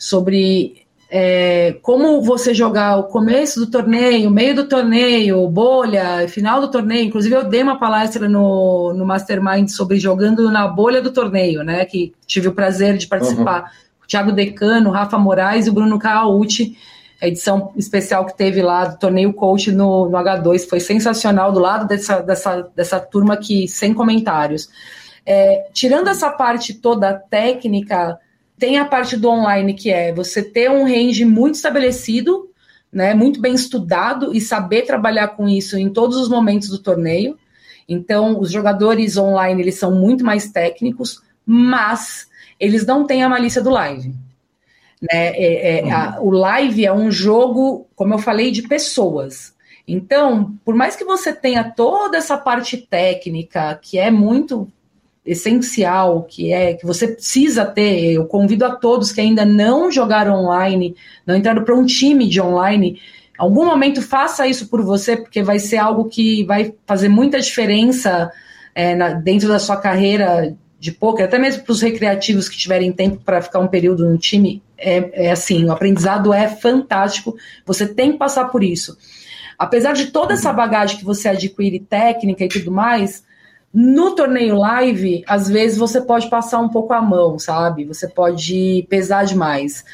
como você jogar o começo do torneio, meio do torneio, bolha, final do torneio. Inclusive, eu dei uma palestra no Mastermind sobre jogando na bolha do torneio, né? Que tive o prazer de participar. O Thiago Decano, o Rafa Moraes e o Bruno Cauti, a edição especial que teve lá do Torneio Coach no H2, foi sensacional, do lado dessa turma aqui, sem comentários. Tirando essa parte toda técnica, tem a parte do online, que é você ter um range muito estabelecido, né, muito bem estudado, e saber trabalhar com isso em todos os momentos do torneio. Então, os jogadores online, eles são muito mais técnicos, mas eles não têm a malícia do live. Né? O live é um jogo, como eu falei, de pessoas. Então, por mais que você tenha toda essa parte técnica, que é muito essencial, que você precisa ter, eu convido a todos que ainda não jogaram online, não entraram para um time de online, em algum momento faça isso por você, porque vai ser algo que vai fazer muita diferença dentro da sua carreira de poker, até mesmo para os recreativos que tiverem tempo para ficar um período no time, assim, o aprendizado é fantástico, você tem que passar por isso. Apesar de toda essa bagagem que você adquire, técnica e tudo mais, no torneio live, às vezes você pode passar um pouco a mão, sabe? Você pode pesar demais.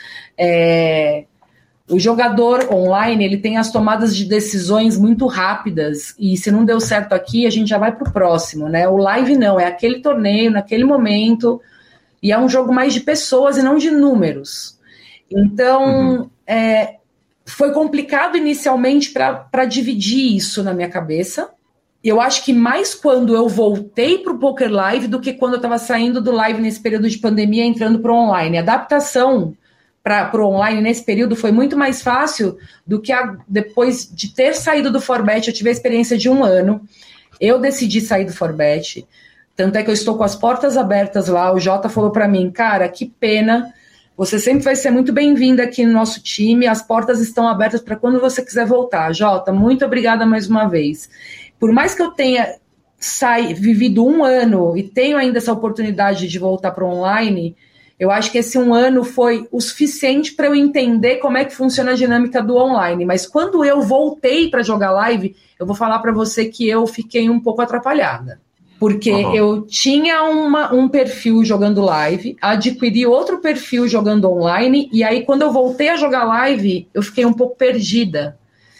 O jogador online, ele tem as tomadas de decisões muito rápidas, e se não deu certo aqui, a gente já vai para o próximo, né? O live não, é aquele torneio, naquele momento, E é um jogo mais de pessoas e não de números. Então, foi complicado inicialmente para dividir isso na minha cabeça. Eu acho que mais quando eu voltei para o Poker Live do que quando eu estava saindo do live nesse período de pandemia, entrando para o online. A adaptação para o online nesse período foi muito mais fácil do que depois de ter saído do Forbet. Eu tive a experiência de 1 ano. Eu decidi sair do Forbet. Tanto é que eu estou com as portas abertas lá. O Jota falou para mim, cara, que pena. Você sempre vai ser muito bem-vinda aqui no nosso time. As portas estão abertas para quando você quiser voltar. Jota, muito obrigada mais uma vez. Por mais que eu tenha vivido 1 ano e tenho ainda essa oportunidade de voltar para o online, eu acho que esse 1 ano foi o suficiente para eu entender como é que funciona a dinâmica do online. Mas quando eu voltei para jogar live, eu vou falar para você que eu fiquei um pouco atrapalhada. Porque eu tinha um perfil jogando live, adquiri outro perfil jogando online, e aí quando eu voltei a jogar live, eu fiquei um pouco perdida.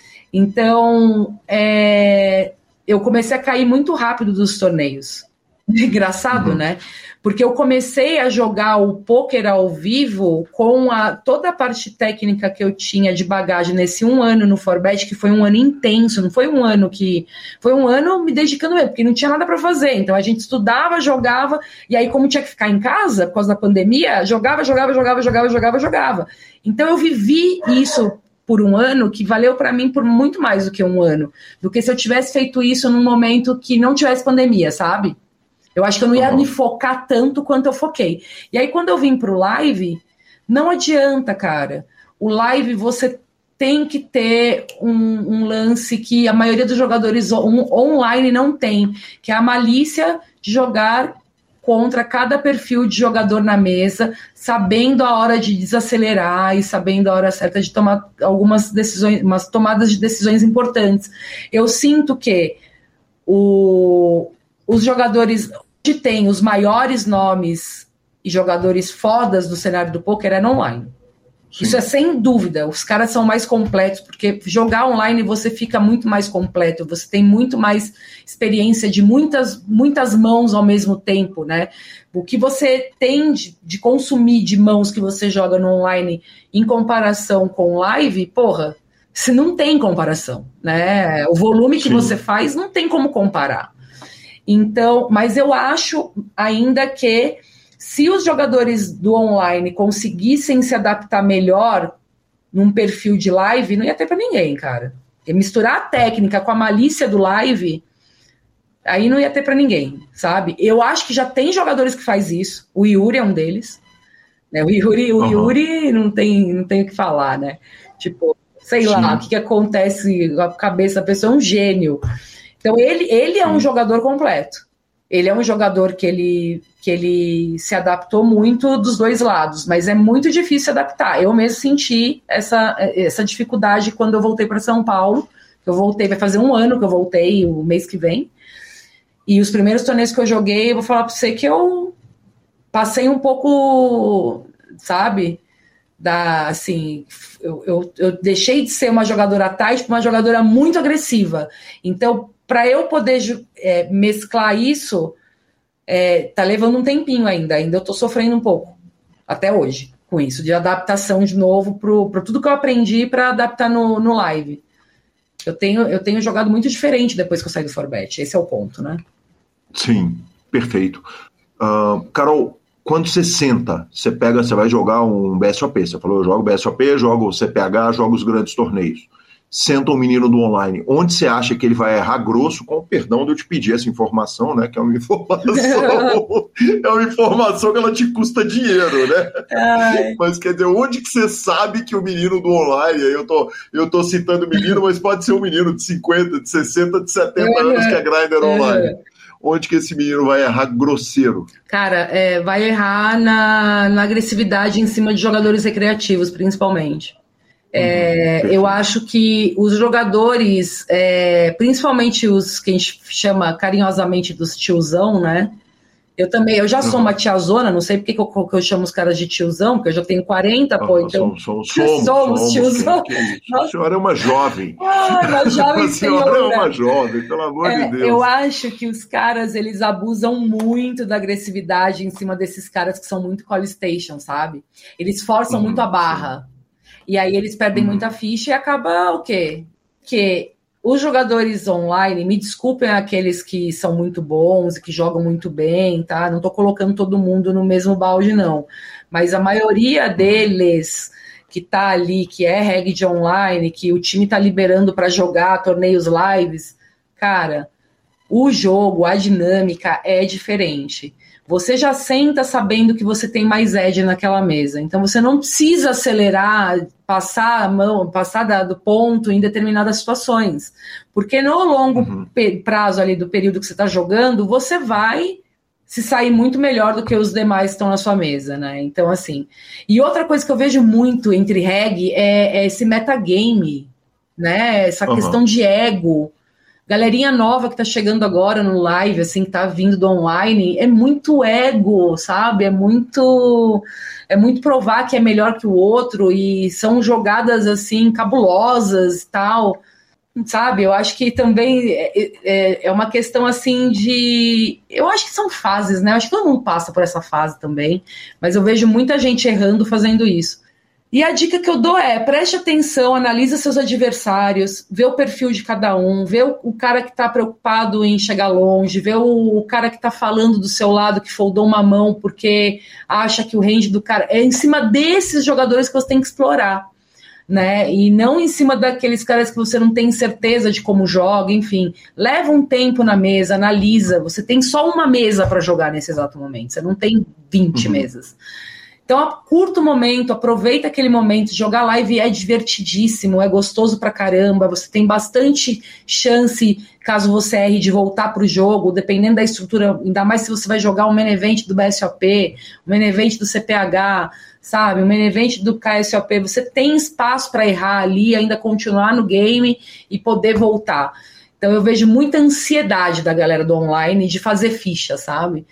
Então, eu comecei a cair muito rápido dos torneios. Engraçado, né? Porque eu comecei a jogar o poker ao vivo com toda a parte técnica que eu tinha de bagagem nesse 1 ano no Forbet, que foi um ano intenso, não foi um ano que... Foi um ano me dedicando mesmo, porque não tinha nada para fazer. Então a gente estudava, jogava, e aí como tinha que ficar em casa, por causa da pandemia, jogava. Então eu vivi isso por 1 ano, que valeu para mim por muito mais do que 1 ano. Do que se eu tivesse feito isso num momento que não tivesse pandemia, sabe? Eu acho que eu não ia me focar tanto quanto eu foquei. E aí, quando eu vim pro live, não adianta, cara. O live, você tem que ter um lance que a maioria dos jogadores online não tem, que é a malícia de jogar contra cada perfil de jogador na mesa, sabendo a hora de desacelerar e sabendo a hora certa de tomar algumas decisões, umas tomadas de decisões importantes. Eu sinto que os jogadores que têm os maiores nomes e jogadores fodas do cenário do poker é no online. Sim. Isso é sem dúvida. Os caras são mais completos, porque jogar online você fica muito mais completo, você tem muito mais experiência de muitas mãos ao mesmo tempo, né? O que você tem de consumir de mãos que você joga no online em comparação com live, porra, se não tem comparação, né? O volume que você faz não tem como comparar. Então, mas eu acho ainda que se os jogadores do online conseguissem se adaptar melhor num perfil de live, não ia ter para ninguém, cara. E misturar a técnica com a malícia do live, aí não ia ter para ninguém, sabe? Eu acho que já tem jogadores que faz isso. O Yuri é um deles. Né? O Yuri não tem o que falar, né? Tipo, sei lá, o que acontece com a cabeça da pessoa, é um gênio. Então, ele é um jogador completo. Ele é um jogador que ele se adaptou muito dos dois lados, mas é muito difícil se adaptar. Eu mesmo senti essa dificuldade quando eu voltei para São Paulo. Eu voltei, vai fazer 1 ano que eu voltei, o mês que vem. E os primeiros torneios que eu joguei, eu vou falar para você que eu passei um pouco, sabe... Eu deixei de ser uma jogadora tight para uma jogadora muito agressiva. Então, para eu poder mesclar isso, tá levando um tempinho ainda eu tô sofrendo um pouco, até hoje, com isso, de adaptação de novo para tudo que eu aprendi para adaptar no live. Eu tenho jogado muito diferente depois que eu saí do Forbet, esse é o ponto, né? Sim, perfeito. Carol, quando você senta, você vai jogar um BSOP, você falou, eu jogo BSOP, jogo CPH, jogo os grandes torneios. Senta um menino do online, onde você acha que ele vai errar grosso, com o perdão de eu te pedir essa informação, né, que é uma informação que ela te custa dinheiro, né? Ai. Mas quer dizer, onde que você sabe que o menino do online, aí eu tô citando menino, mas pode ser um menino de 50, de 60, de 70 anos que é grinder online. Onde que esse menino vai errar grosseiro? Cara, vai errar na agressividade em cima de jogadores recreativos, principalmente. Eu acho que os jogadores, principalmente os que a gente chama carinhosamente dos tiozão, né? Eu já sou uma tiazona, não sei porque que eu chamo os caras de tiozão, porque eu já tenho 40, então... Somos tiozão. A senhora é uma jovem. Uma jovem senhora. A senhora é uma jovem, pelo amor de Deus. Eu acho que os caras, eles abusam muito da agressividade em cima desses caras que são muito call station, sabe? Eles forçam muito a barra. E aí eles perdem muita ficha e acaba o quê? Que os jogadores online, me desculpem aqueles que são muito bons e que jogam muito bem, tá? Não tô colocando todo mundo no mesmo balde, não. Mas a maioria deles que tá ali, que é reg de online, que o time tá liberando para jogar torneios lives, cara, o jogo, a dinâmica é diferente. Você já senta sabendo que você tem mais edge naquela mesa. Então você não precisa acelerar, passar a mão, passar do ponto em determinadas situações. Porque no longo prazo ali do período que você está jogando, você vai se sair muito melhor do que os demais que estão na sua mesa, né? Então, assim... E outra coisa que eu vejo muito entre reg é esse metagame, né? Essa questão de ego. Galerinha nova que tá chegando agora no live, assim, que tá vindo do online, é muito ego, sabe? É muito provar que é melhor que o outro, e são jogadas, assim, cabulosas e tal, sabe? Eu acho que também é uma questão, assim, de... Eu acho que são fases, né? Eu acho que todo mundo passa por essa fase também, mas eu vejo muita gente errando fazendo isso. E a dica que eu dou é, preste atenção, analisa seus adversários, vê o perfil de cada um, vê o cara que está preocupado em chegar longe, vê o cara que está falando do seu lado, que foldou uma mão porque acha que o range do cara... É em cima desses jogadores que você tem que explorar, né? E não em cima daqueles caras que você não tem certeza de como joga, enfim. Leva um tempo na mesa, analisa. Você tem só uma mesa para jogar nesse exato momento, você não tem 20 mesas. Então, curta o momento, aproveita aquele momento. Jogar live é divertidíssimo, é gostoso pra caramba. Você tem bastante chance, caso você erre, de voltar pro jogo, dependendo da estrutura. Ainda mais se você vai jogar um main event do BSOP, um main event do CPH, sabe? Um main event do KSOP. Você tem espaço para errar ali, ainda continuar no game e poder voltar. Então, eu vejo muita ansiedade da galera do online de fazer ficha, sabe?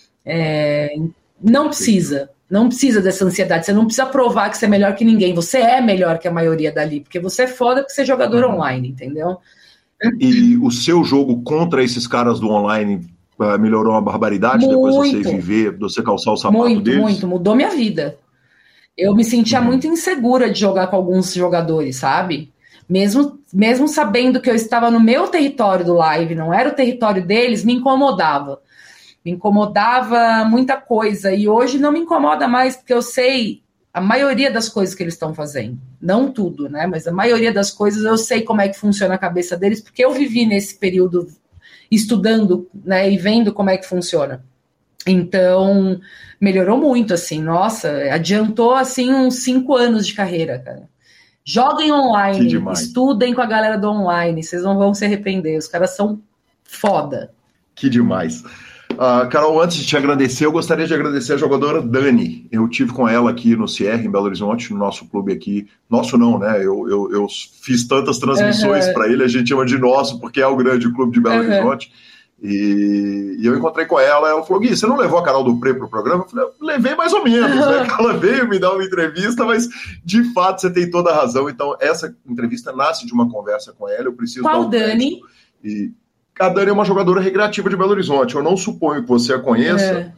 Não precisa. Não precisa dessa ansiedade, você não precisa provar que você é melhor que ninguém, você é melhor que a maioria dali, porque você é foda porque você é jogador online, entendeu? E o seu jogo contra esses caras do online melhorou uma barbaridade depois de você viver, de você calçar o sapato deles? Muito, mudou minha vida. Eu me sentia muito insegura de jogar com alguns jogadores, sabe? Mesmo sabendo que eu estava no meu território do live, não era o território deles, me incomodava. Me incomodava muita coisa, e hoje não me incomoda mais, porque eu sei a maioria das coisas que eles estão fazendo. Não tudo, né? Mas a maioria das coisas eu sei como é que funciona a cabeça deles, porque eu vivi nesse período estudando, né, e vendo como é que funciona. Então, melhorou muito, assim, nossa, adiantou, assim, uns 5 anos de carreira, cara. Joguem online, estudem com a galera do online, vocês não vão se arrepender, os caras são foda. Que demais. Carol, antes de te agradecer, eu gostaria de agradecer a jogadora Dani. Eu tive com ela aqui no CR, em Belo Horizonte, no nosso clube aqui. Nosso não, né? Eu fiz tantas transmissões para ele, a gente chama de nosso, porque é o grande clube de Belo Horizonte. E eu encontrei com ela falou, Gui, você não levou a Carol Dupré para o programa? Eu falei, levei mais ou menos, né? Ela veio me dar uma entrevista, mas de fato você tem toda a razão. Então, essa entrevista nasce de uma conversa com ela. Eu preciso Qual Dani? A Dani é uma jogadora recreativa de Belo Horizonte. Eu não suponho que você a conheça,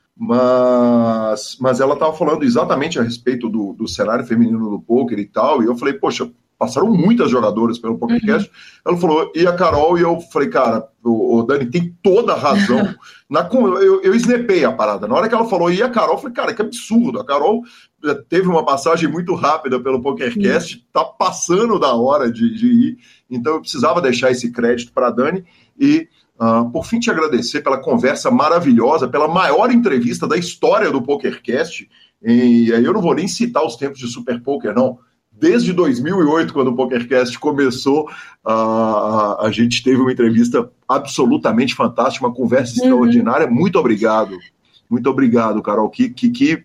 mas ela estava falando exatamente a respeito do cenário feminino do poker e tal, e eu falei, poxa, passaram muitas jogadoras pelo PokerCast. Ela falou, e a Carol? E eu falei, cara, o Dani tem toda a razão. Eu snapei a parada. Na hora que ela falou, e a Carol? Eu falei, cara, que absurdo. A Carol teve uma passagem muito rápida pelo PokerCast, tá passando da hora de ir. Então eu precisava deixar esse crédito para a Dani. E, por fim, te agradecer pela conversa maravilhosa, pela maior entrevista da história do PokerCast. E aí eu não vou nem citar os tempos de Super Poker, não. Desde 2008, quando o PokerCast começou, a gente teve uma entrevista absolutamente fantástica, uma conversa extraordinária. Muito obrigado, Carol. Que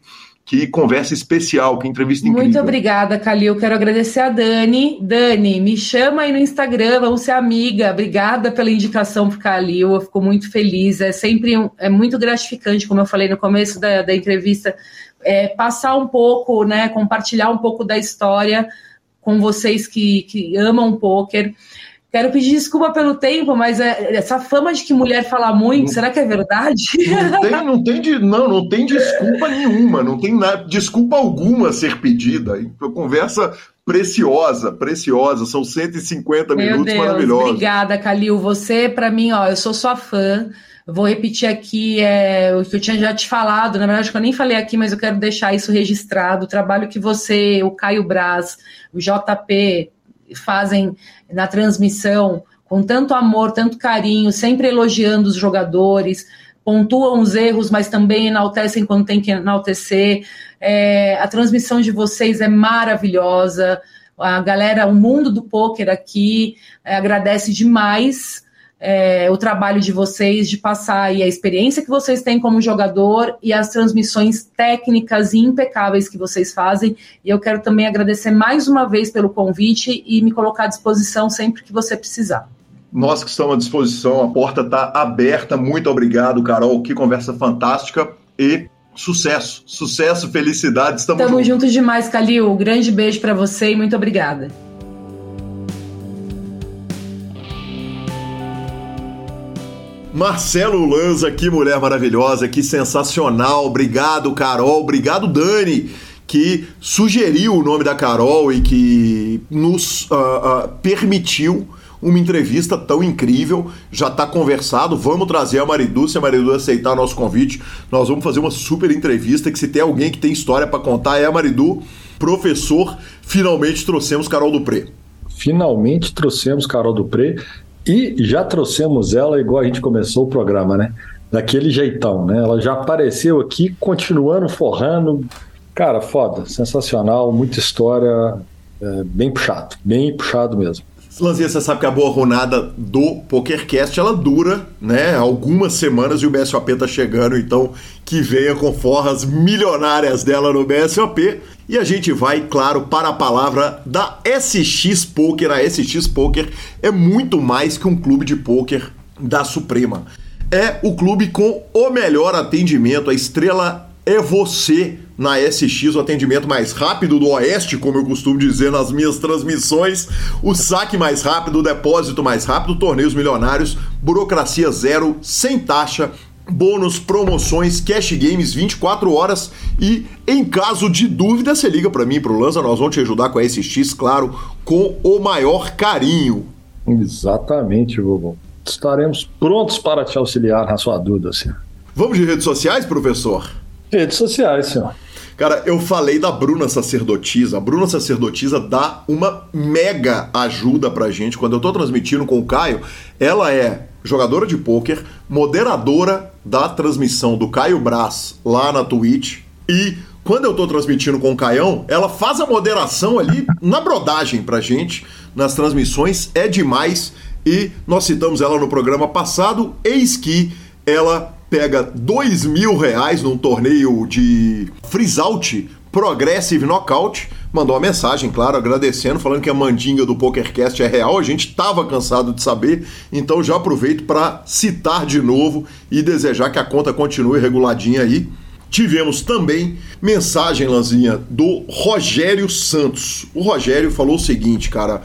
Que conversa especial, que entrevista incrível. Muito obrigada, Calil. Quero agradecer a Dani. Dani, me chama aí no Instagram, vamos ser amiga. Obrigada pela indicação para o Calil, eu fico muito feliz. É sempre muito gratificante, como eu falei no começo da entrevista, passar um pouco, né, compartilhar um pouco da história com vocês que amam o pôquer. Quero pedir desculpa pelo tempo, mas essa fama de que mulher fala muito, será que é verdade? Não tem desculpa nenhuma, não tem desculpa alguma a ser pedida. Conversa preciosa, são 150 minutos maravilhosos. Obrigada, Calil. Você, para mim, eu sou sua fã. Vou repetir aqui o que eu tinha já te falado, na verdade, que eu nem falei aqui, mas eu quero deixar isso registrado. O trabalho que você, o Caio Braz, o JP fazem na transmissão, com tanto amor, tanto carinho, sempre elogiando os jogadores, pontuam os erros, mas também enaltecem quando tem que enaltecer. A transmissão de vocês é maravilhosa, a galera, o mundo do pôquer aqui agradece demais o trabalho de vocês, de passar aí a experiência que vocês têm como jogador e as transmissões técnicas e impecáveis que vocês fazem. E eu quero também agradecer mais uma vez pelo convite e me colocar à disposição sempre que você precisar. Nós que estamos à disposição, a porta está aberta. Muito obrigado, Carol. Que conversa fantástica e sucesso, felicidade. Estamos juntos demais, Calil. Um grande beijo para você e muito obrigada. Marcelo Lanza, que mulher maravilhosa, que sensacional. Obrigado, Carol. Obrigado, Dani, que sugeriu o nome da Carol e que nos permitiu uma entrevista tão incrível. Já está conversado, vamos trazer a Maridu. Se a Maridu aceitar o nosso convite, nós vamos fazer uma super entrevista, que se tem alguém que tem história para contar é a Maridu. Professor, finalmente trouxemos Carol Dupré. Finalmente trouxemos Carol Dupré. E já trouxemos ela igual a gente começou o programa, né? Daquele jeitão, né? Ela já apareceu aqui, continuando forrando. Cara, foda, sensacional, muita história, bem puxado mesmo. Lanzinha, você sabe que a boa runada do PokerCast, ela dura, né, algumas semanas e o BSOP tá chegando, então que venha com forras milionárias dela no BSOP. E a gente vai, claro, para a palavra da SX Poker. A SX Poker é muito mais que um clube de pôquer da Suprema. É o clube com o melhor atendimento, a estrela é você na SX, o atendimento mais rápido do Oeste, como eu costumo dizer nas minhas transmissões, o saque mais rápido, o depósito mais rápido, torneios milionários, burocracia zero, sem taxa, bônus, promoções, cash games 24 horas e em caso de dúvida, você liga para mim e pro Lanza, nós vamos te ajudar com a SX, claro, com o maior carinho. Exatamente, Vovô. Estaremos prontos para te auxiliar na sua dúvida, senhor. Vamos de redes sociais, professor? Redes sociais, senhor. Cara, eu falei da Bruna Sacerdotisa. A Bruna Sacerdotisa dá uma mega ajuda pra gente. Quando eu tô transmitindo com o Caio, ela é jogadora de pôquer, moderadora da transmissão do Caio Braz lá na Twitch. E quando eu tô transmitindo com o Caião, ela faz a moderação ali na brodagem pra gente, nas transmissões. É demais. E nós citamos ela no programa passado. Eis que ela pega R$2.000 num torneio de freeze-out Progressive Knockout, mandou uma mensagem, claro, agradecendo, falando que a mandinga do PokerCast é real, a gente estava cansado de saber, então já aproveito para citar de novo e desejar que a conta continue reguladinha aí. Tivemos também mensagem, Lanzinha, do Rogério Santos. O Rogério falou o seguinte, cara,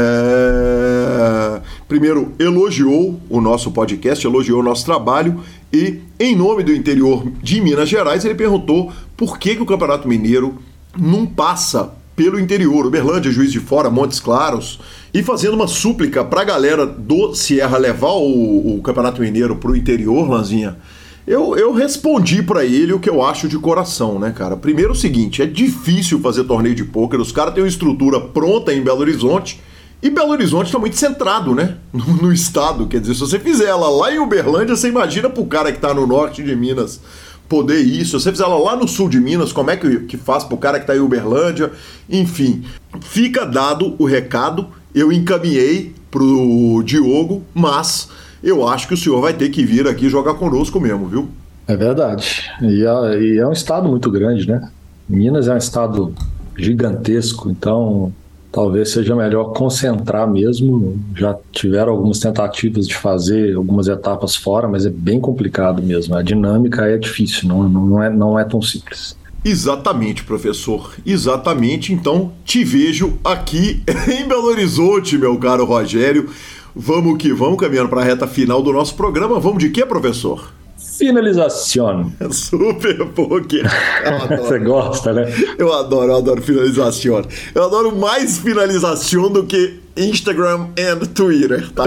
primeiro elogiou o nosso podcast, elogiou o nosso trabalho e, em nome do interior de Minas Gerais, ele perguntou por que o Campeonato Mineiro não passa pelo interior, Uberlândia, Juiz de Fora, Montes Claros, e fazendo uma súplica para a galera do Sierra levar o Campeonato Mineiro para o interior, Lanzinha. Eu respondi pra ele o que eu acho de coração, né, cara? Primeiro o seguinte, é difícil fazer torneio de pôquer, os caras têm uma estrutura pronta em Belo Horizonte, e Belo Horizonte tá muito centrado, né, no estado, quer dizer, se você fizer ela lá em Uberlândia, você imagina pro cara que tá no norte de Minas poder ir, se você fizer ela lá no sul de Minas, como é que faz pro cara que tá em Uberlândia, enfim, fica dado o recado, eu encaminhei pro Diogo, mas eu acho que o senhor vai ter que vir aqui jogar conosco mesmo, viu? É verdade. E é um estado muito grande, né? Minas é um estado gigantesco, então talvez seja melhor concentrar mesmo. Já tiveram algumas tentativas de fazer algumas etapas fora, mas é bem complicado mesmo. A dinâmica é difícil, não é tão simples. Exatamente, professor. Exatamente. Então, te vejo aqui em Belo Horizonte, meu caro Rogério. Vamos que vamos, caminhando para a reta final do nosso programa. Vamos de quê, professor? Finalização. Super poker. Você gosta, né? Eu adoro finalização. Eu adoro mais finalização do que Instagram e Twitter, tá?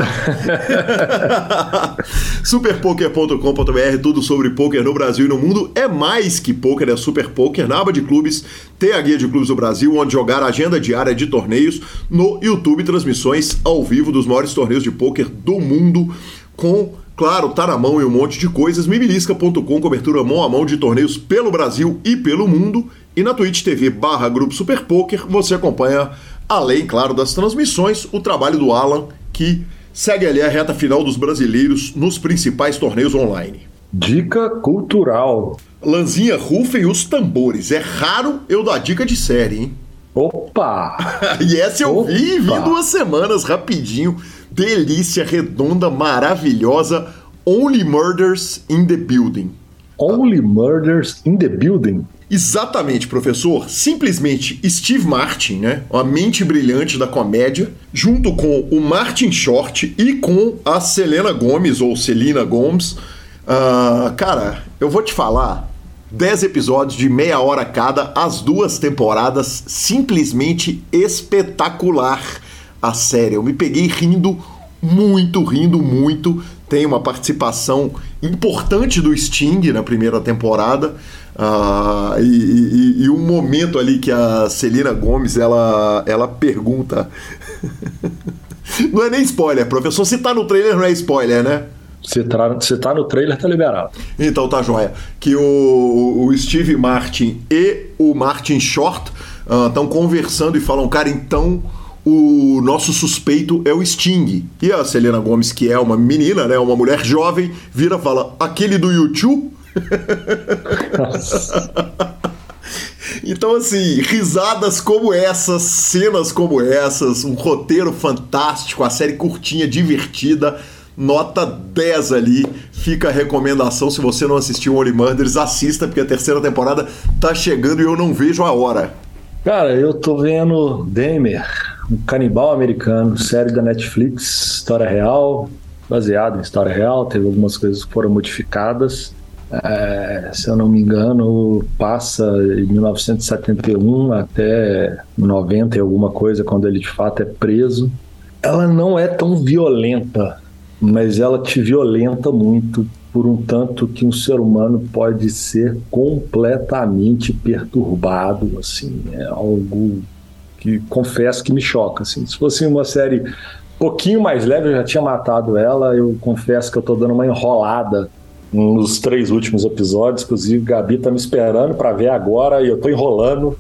Superpoker.com.br, tudo sobre poker no Brasil e no mundo. É mais que poker, é Super Poker. Na aba de clubes, tem a guia de clubes do Brasil, onde jogar a agenda diária de torneios. No YouTube, transmissões ao vivo dos maiores torneios de poker do mundo, com... Claro, tá na mão e um monte de coisas. Mibilisca.com, cobertura mão a mão de torneios pelo Brasil e pelo mundo. E na Twitch TV/Grupo Super Poker você acompanha, além, claro, das transmissões, o trabalho do Alan, que segue ali a reta final dos brasileiros nos principais torneios online. Dica cultural. Lanzinha, rufem os tambores. É raro eu dar dica de série, hein? Opa! E essa eu vi 2 semanas, rapidinho. Delícia, redonda, maravilhosa. Only Murders in the Building. Only Murders in the Building? Exatamente, professor. Simplesmente Steve Martin, né? Uma mente brilhante da comédia, junto com o Martin Short e com a Selena Gomez, ou Selena Gomez. Cara, eu vou te falar... 10 episódios de meia hora cada, as 2 temporadas, simplesmente espetacular a série. Eu me peguei rindo muito. Tem uma participação importante do Sting na primeira temporada, e um momento ali que a Selena Gomez, ela pergunta... Não é nem spoiler, professor, se tá no trailer não é spoiler, né? Se tá no trailer, tá liberado. Então tá joia. Que o Steve Martin e o Martin Short estão conversando e falam, cara, então o nosso suspeito é o Sting. E a Selena Gomez, que é uma menina, né, uma mulher jovem, vira e fala, aquele do YouTube? Então, assim, risadas como essas, cenas como essas, um roteiro fantástico, a série curtinha, divertida... Nota 10 ali, fica a recomendação. Se você não assistiu Only Murders, assista, porque a 3ª temporada tá chegando e eu não vejo a hora. Cara, eu tô vendo Dahmer, um canibal americano, série da Netflix, história real, baseado em história real, teve algumas coisas que foram modificadas. Se eu não me engano, passa em 1971 até 90 e alguma coisa, quando ele de fato é preso. Ela não é tão violenta, mas ela te violenta muito por um tanto que um ser humano pode ser completamente perturbado, assim, é algo que confesso que me choca, assim. Se fosse uma série um pouquinho mais leve, eu já tinha matado ela. Eu confesso que eu tô dando uma enrolada nos 3 últimos episódios, inclusive Gabi tá me esperando para ver agora e eu tô enrolando,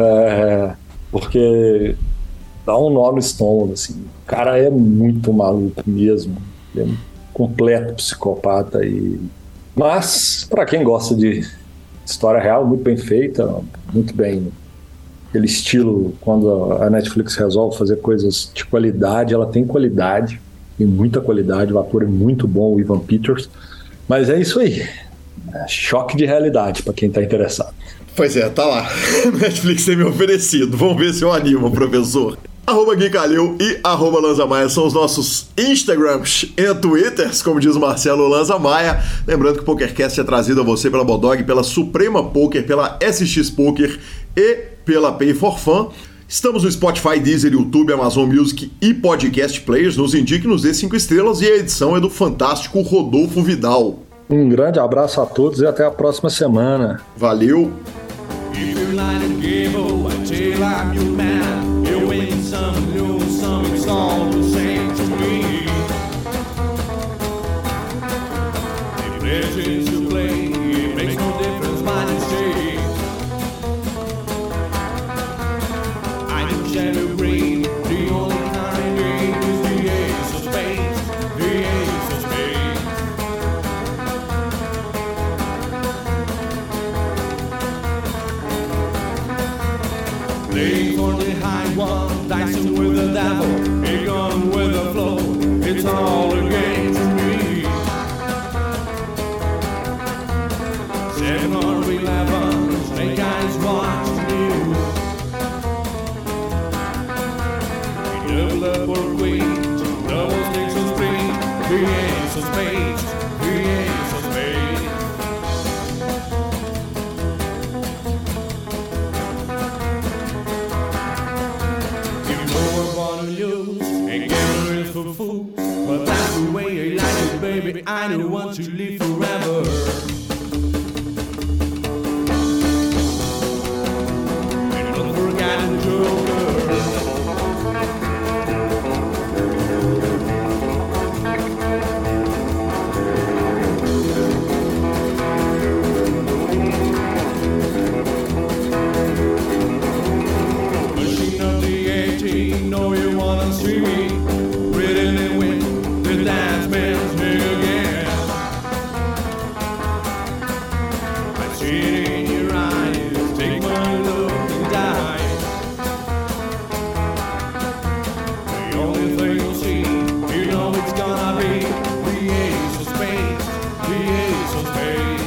porque dá um nó no estômago, assim. O cara é muito maluco mesmo. É um completo psicopata. Mas, para quem gosta de história real, muito bem feita, muito bem. Aquele estilo, quando a Netflix resolve fazer coisas de qualidade, ela tem qualidade, tem muita qualidade, o ator é muito bom, o Evan Peters. Mas é isso aí. Choque de realidade, para quem está interessado. Pois é, tá lá. Netflix tem me oferecido. Vamos ver se eu animo, professor. @Gui Calil e @Lanza Maia são os nossos Instagrams e Twitters, como diz o Marcelo Lanza Maia. Lembrando que o PokerCast é trazido a você pela Bodog, pela Suprema Poker, pela SX Poker e pela Pay for Fun. Estamos no Spotify, Deezer, YouTube, Amazon Music e Podcast Players. Nos indique, nos dê 5 estrelas, e a edição é do fantástico Rodolfo Vidal. Um grande abraço a todos e até a próxima semana. Valeu! only high one, dancing with the devil, he gone with the flow. It's all a game to me. 7 or 11, snake eyes watching you. Double up or queen, double sticks of spring, 3 aces of spades, 3 aces of spades. You know we're born to lose, and gambling is for fools, but that's the way I like it, baby. I don't want to live forever. And don't forget the Joker. Know you wanna see me pretty win the dance man's me again. I see it in your eyes, take my look and die. The only thing you'll see, you know it's gonna be the ace of spades, the ace of spades.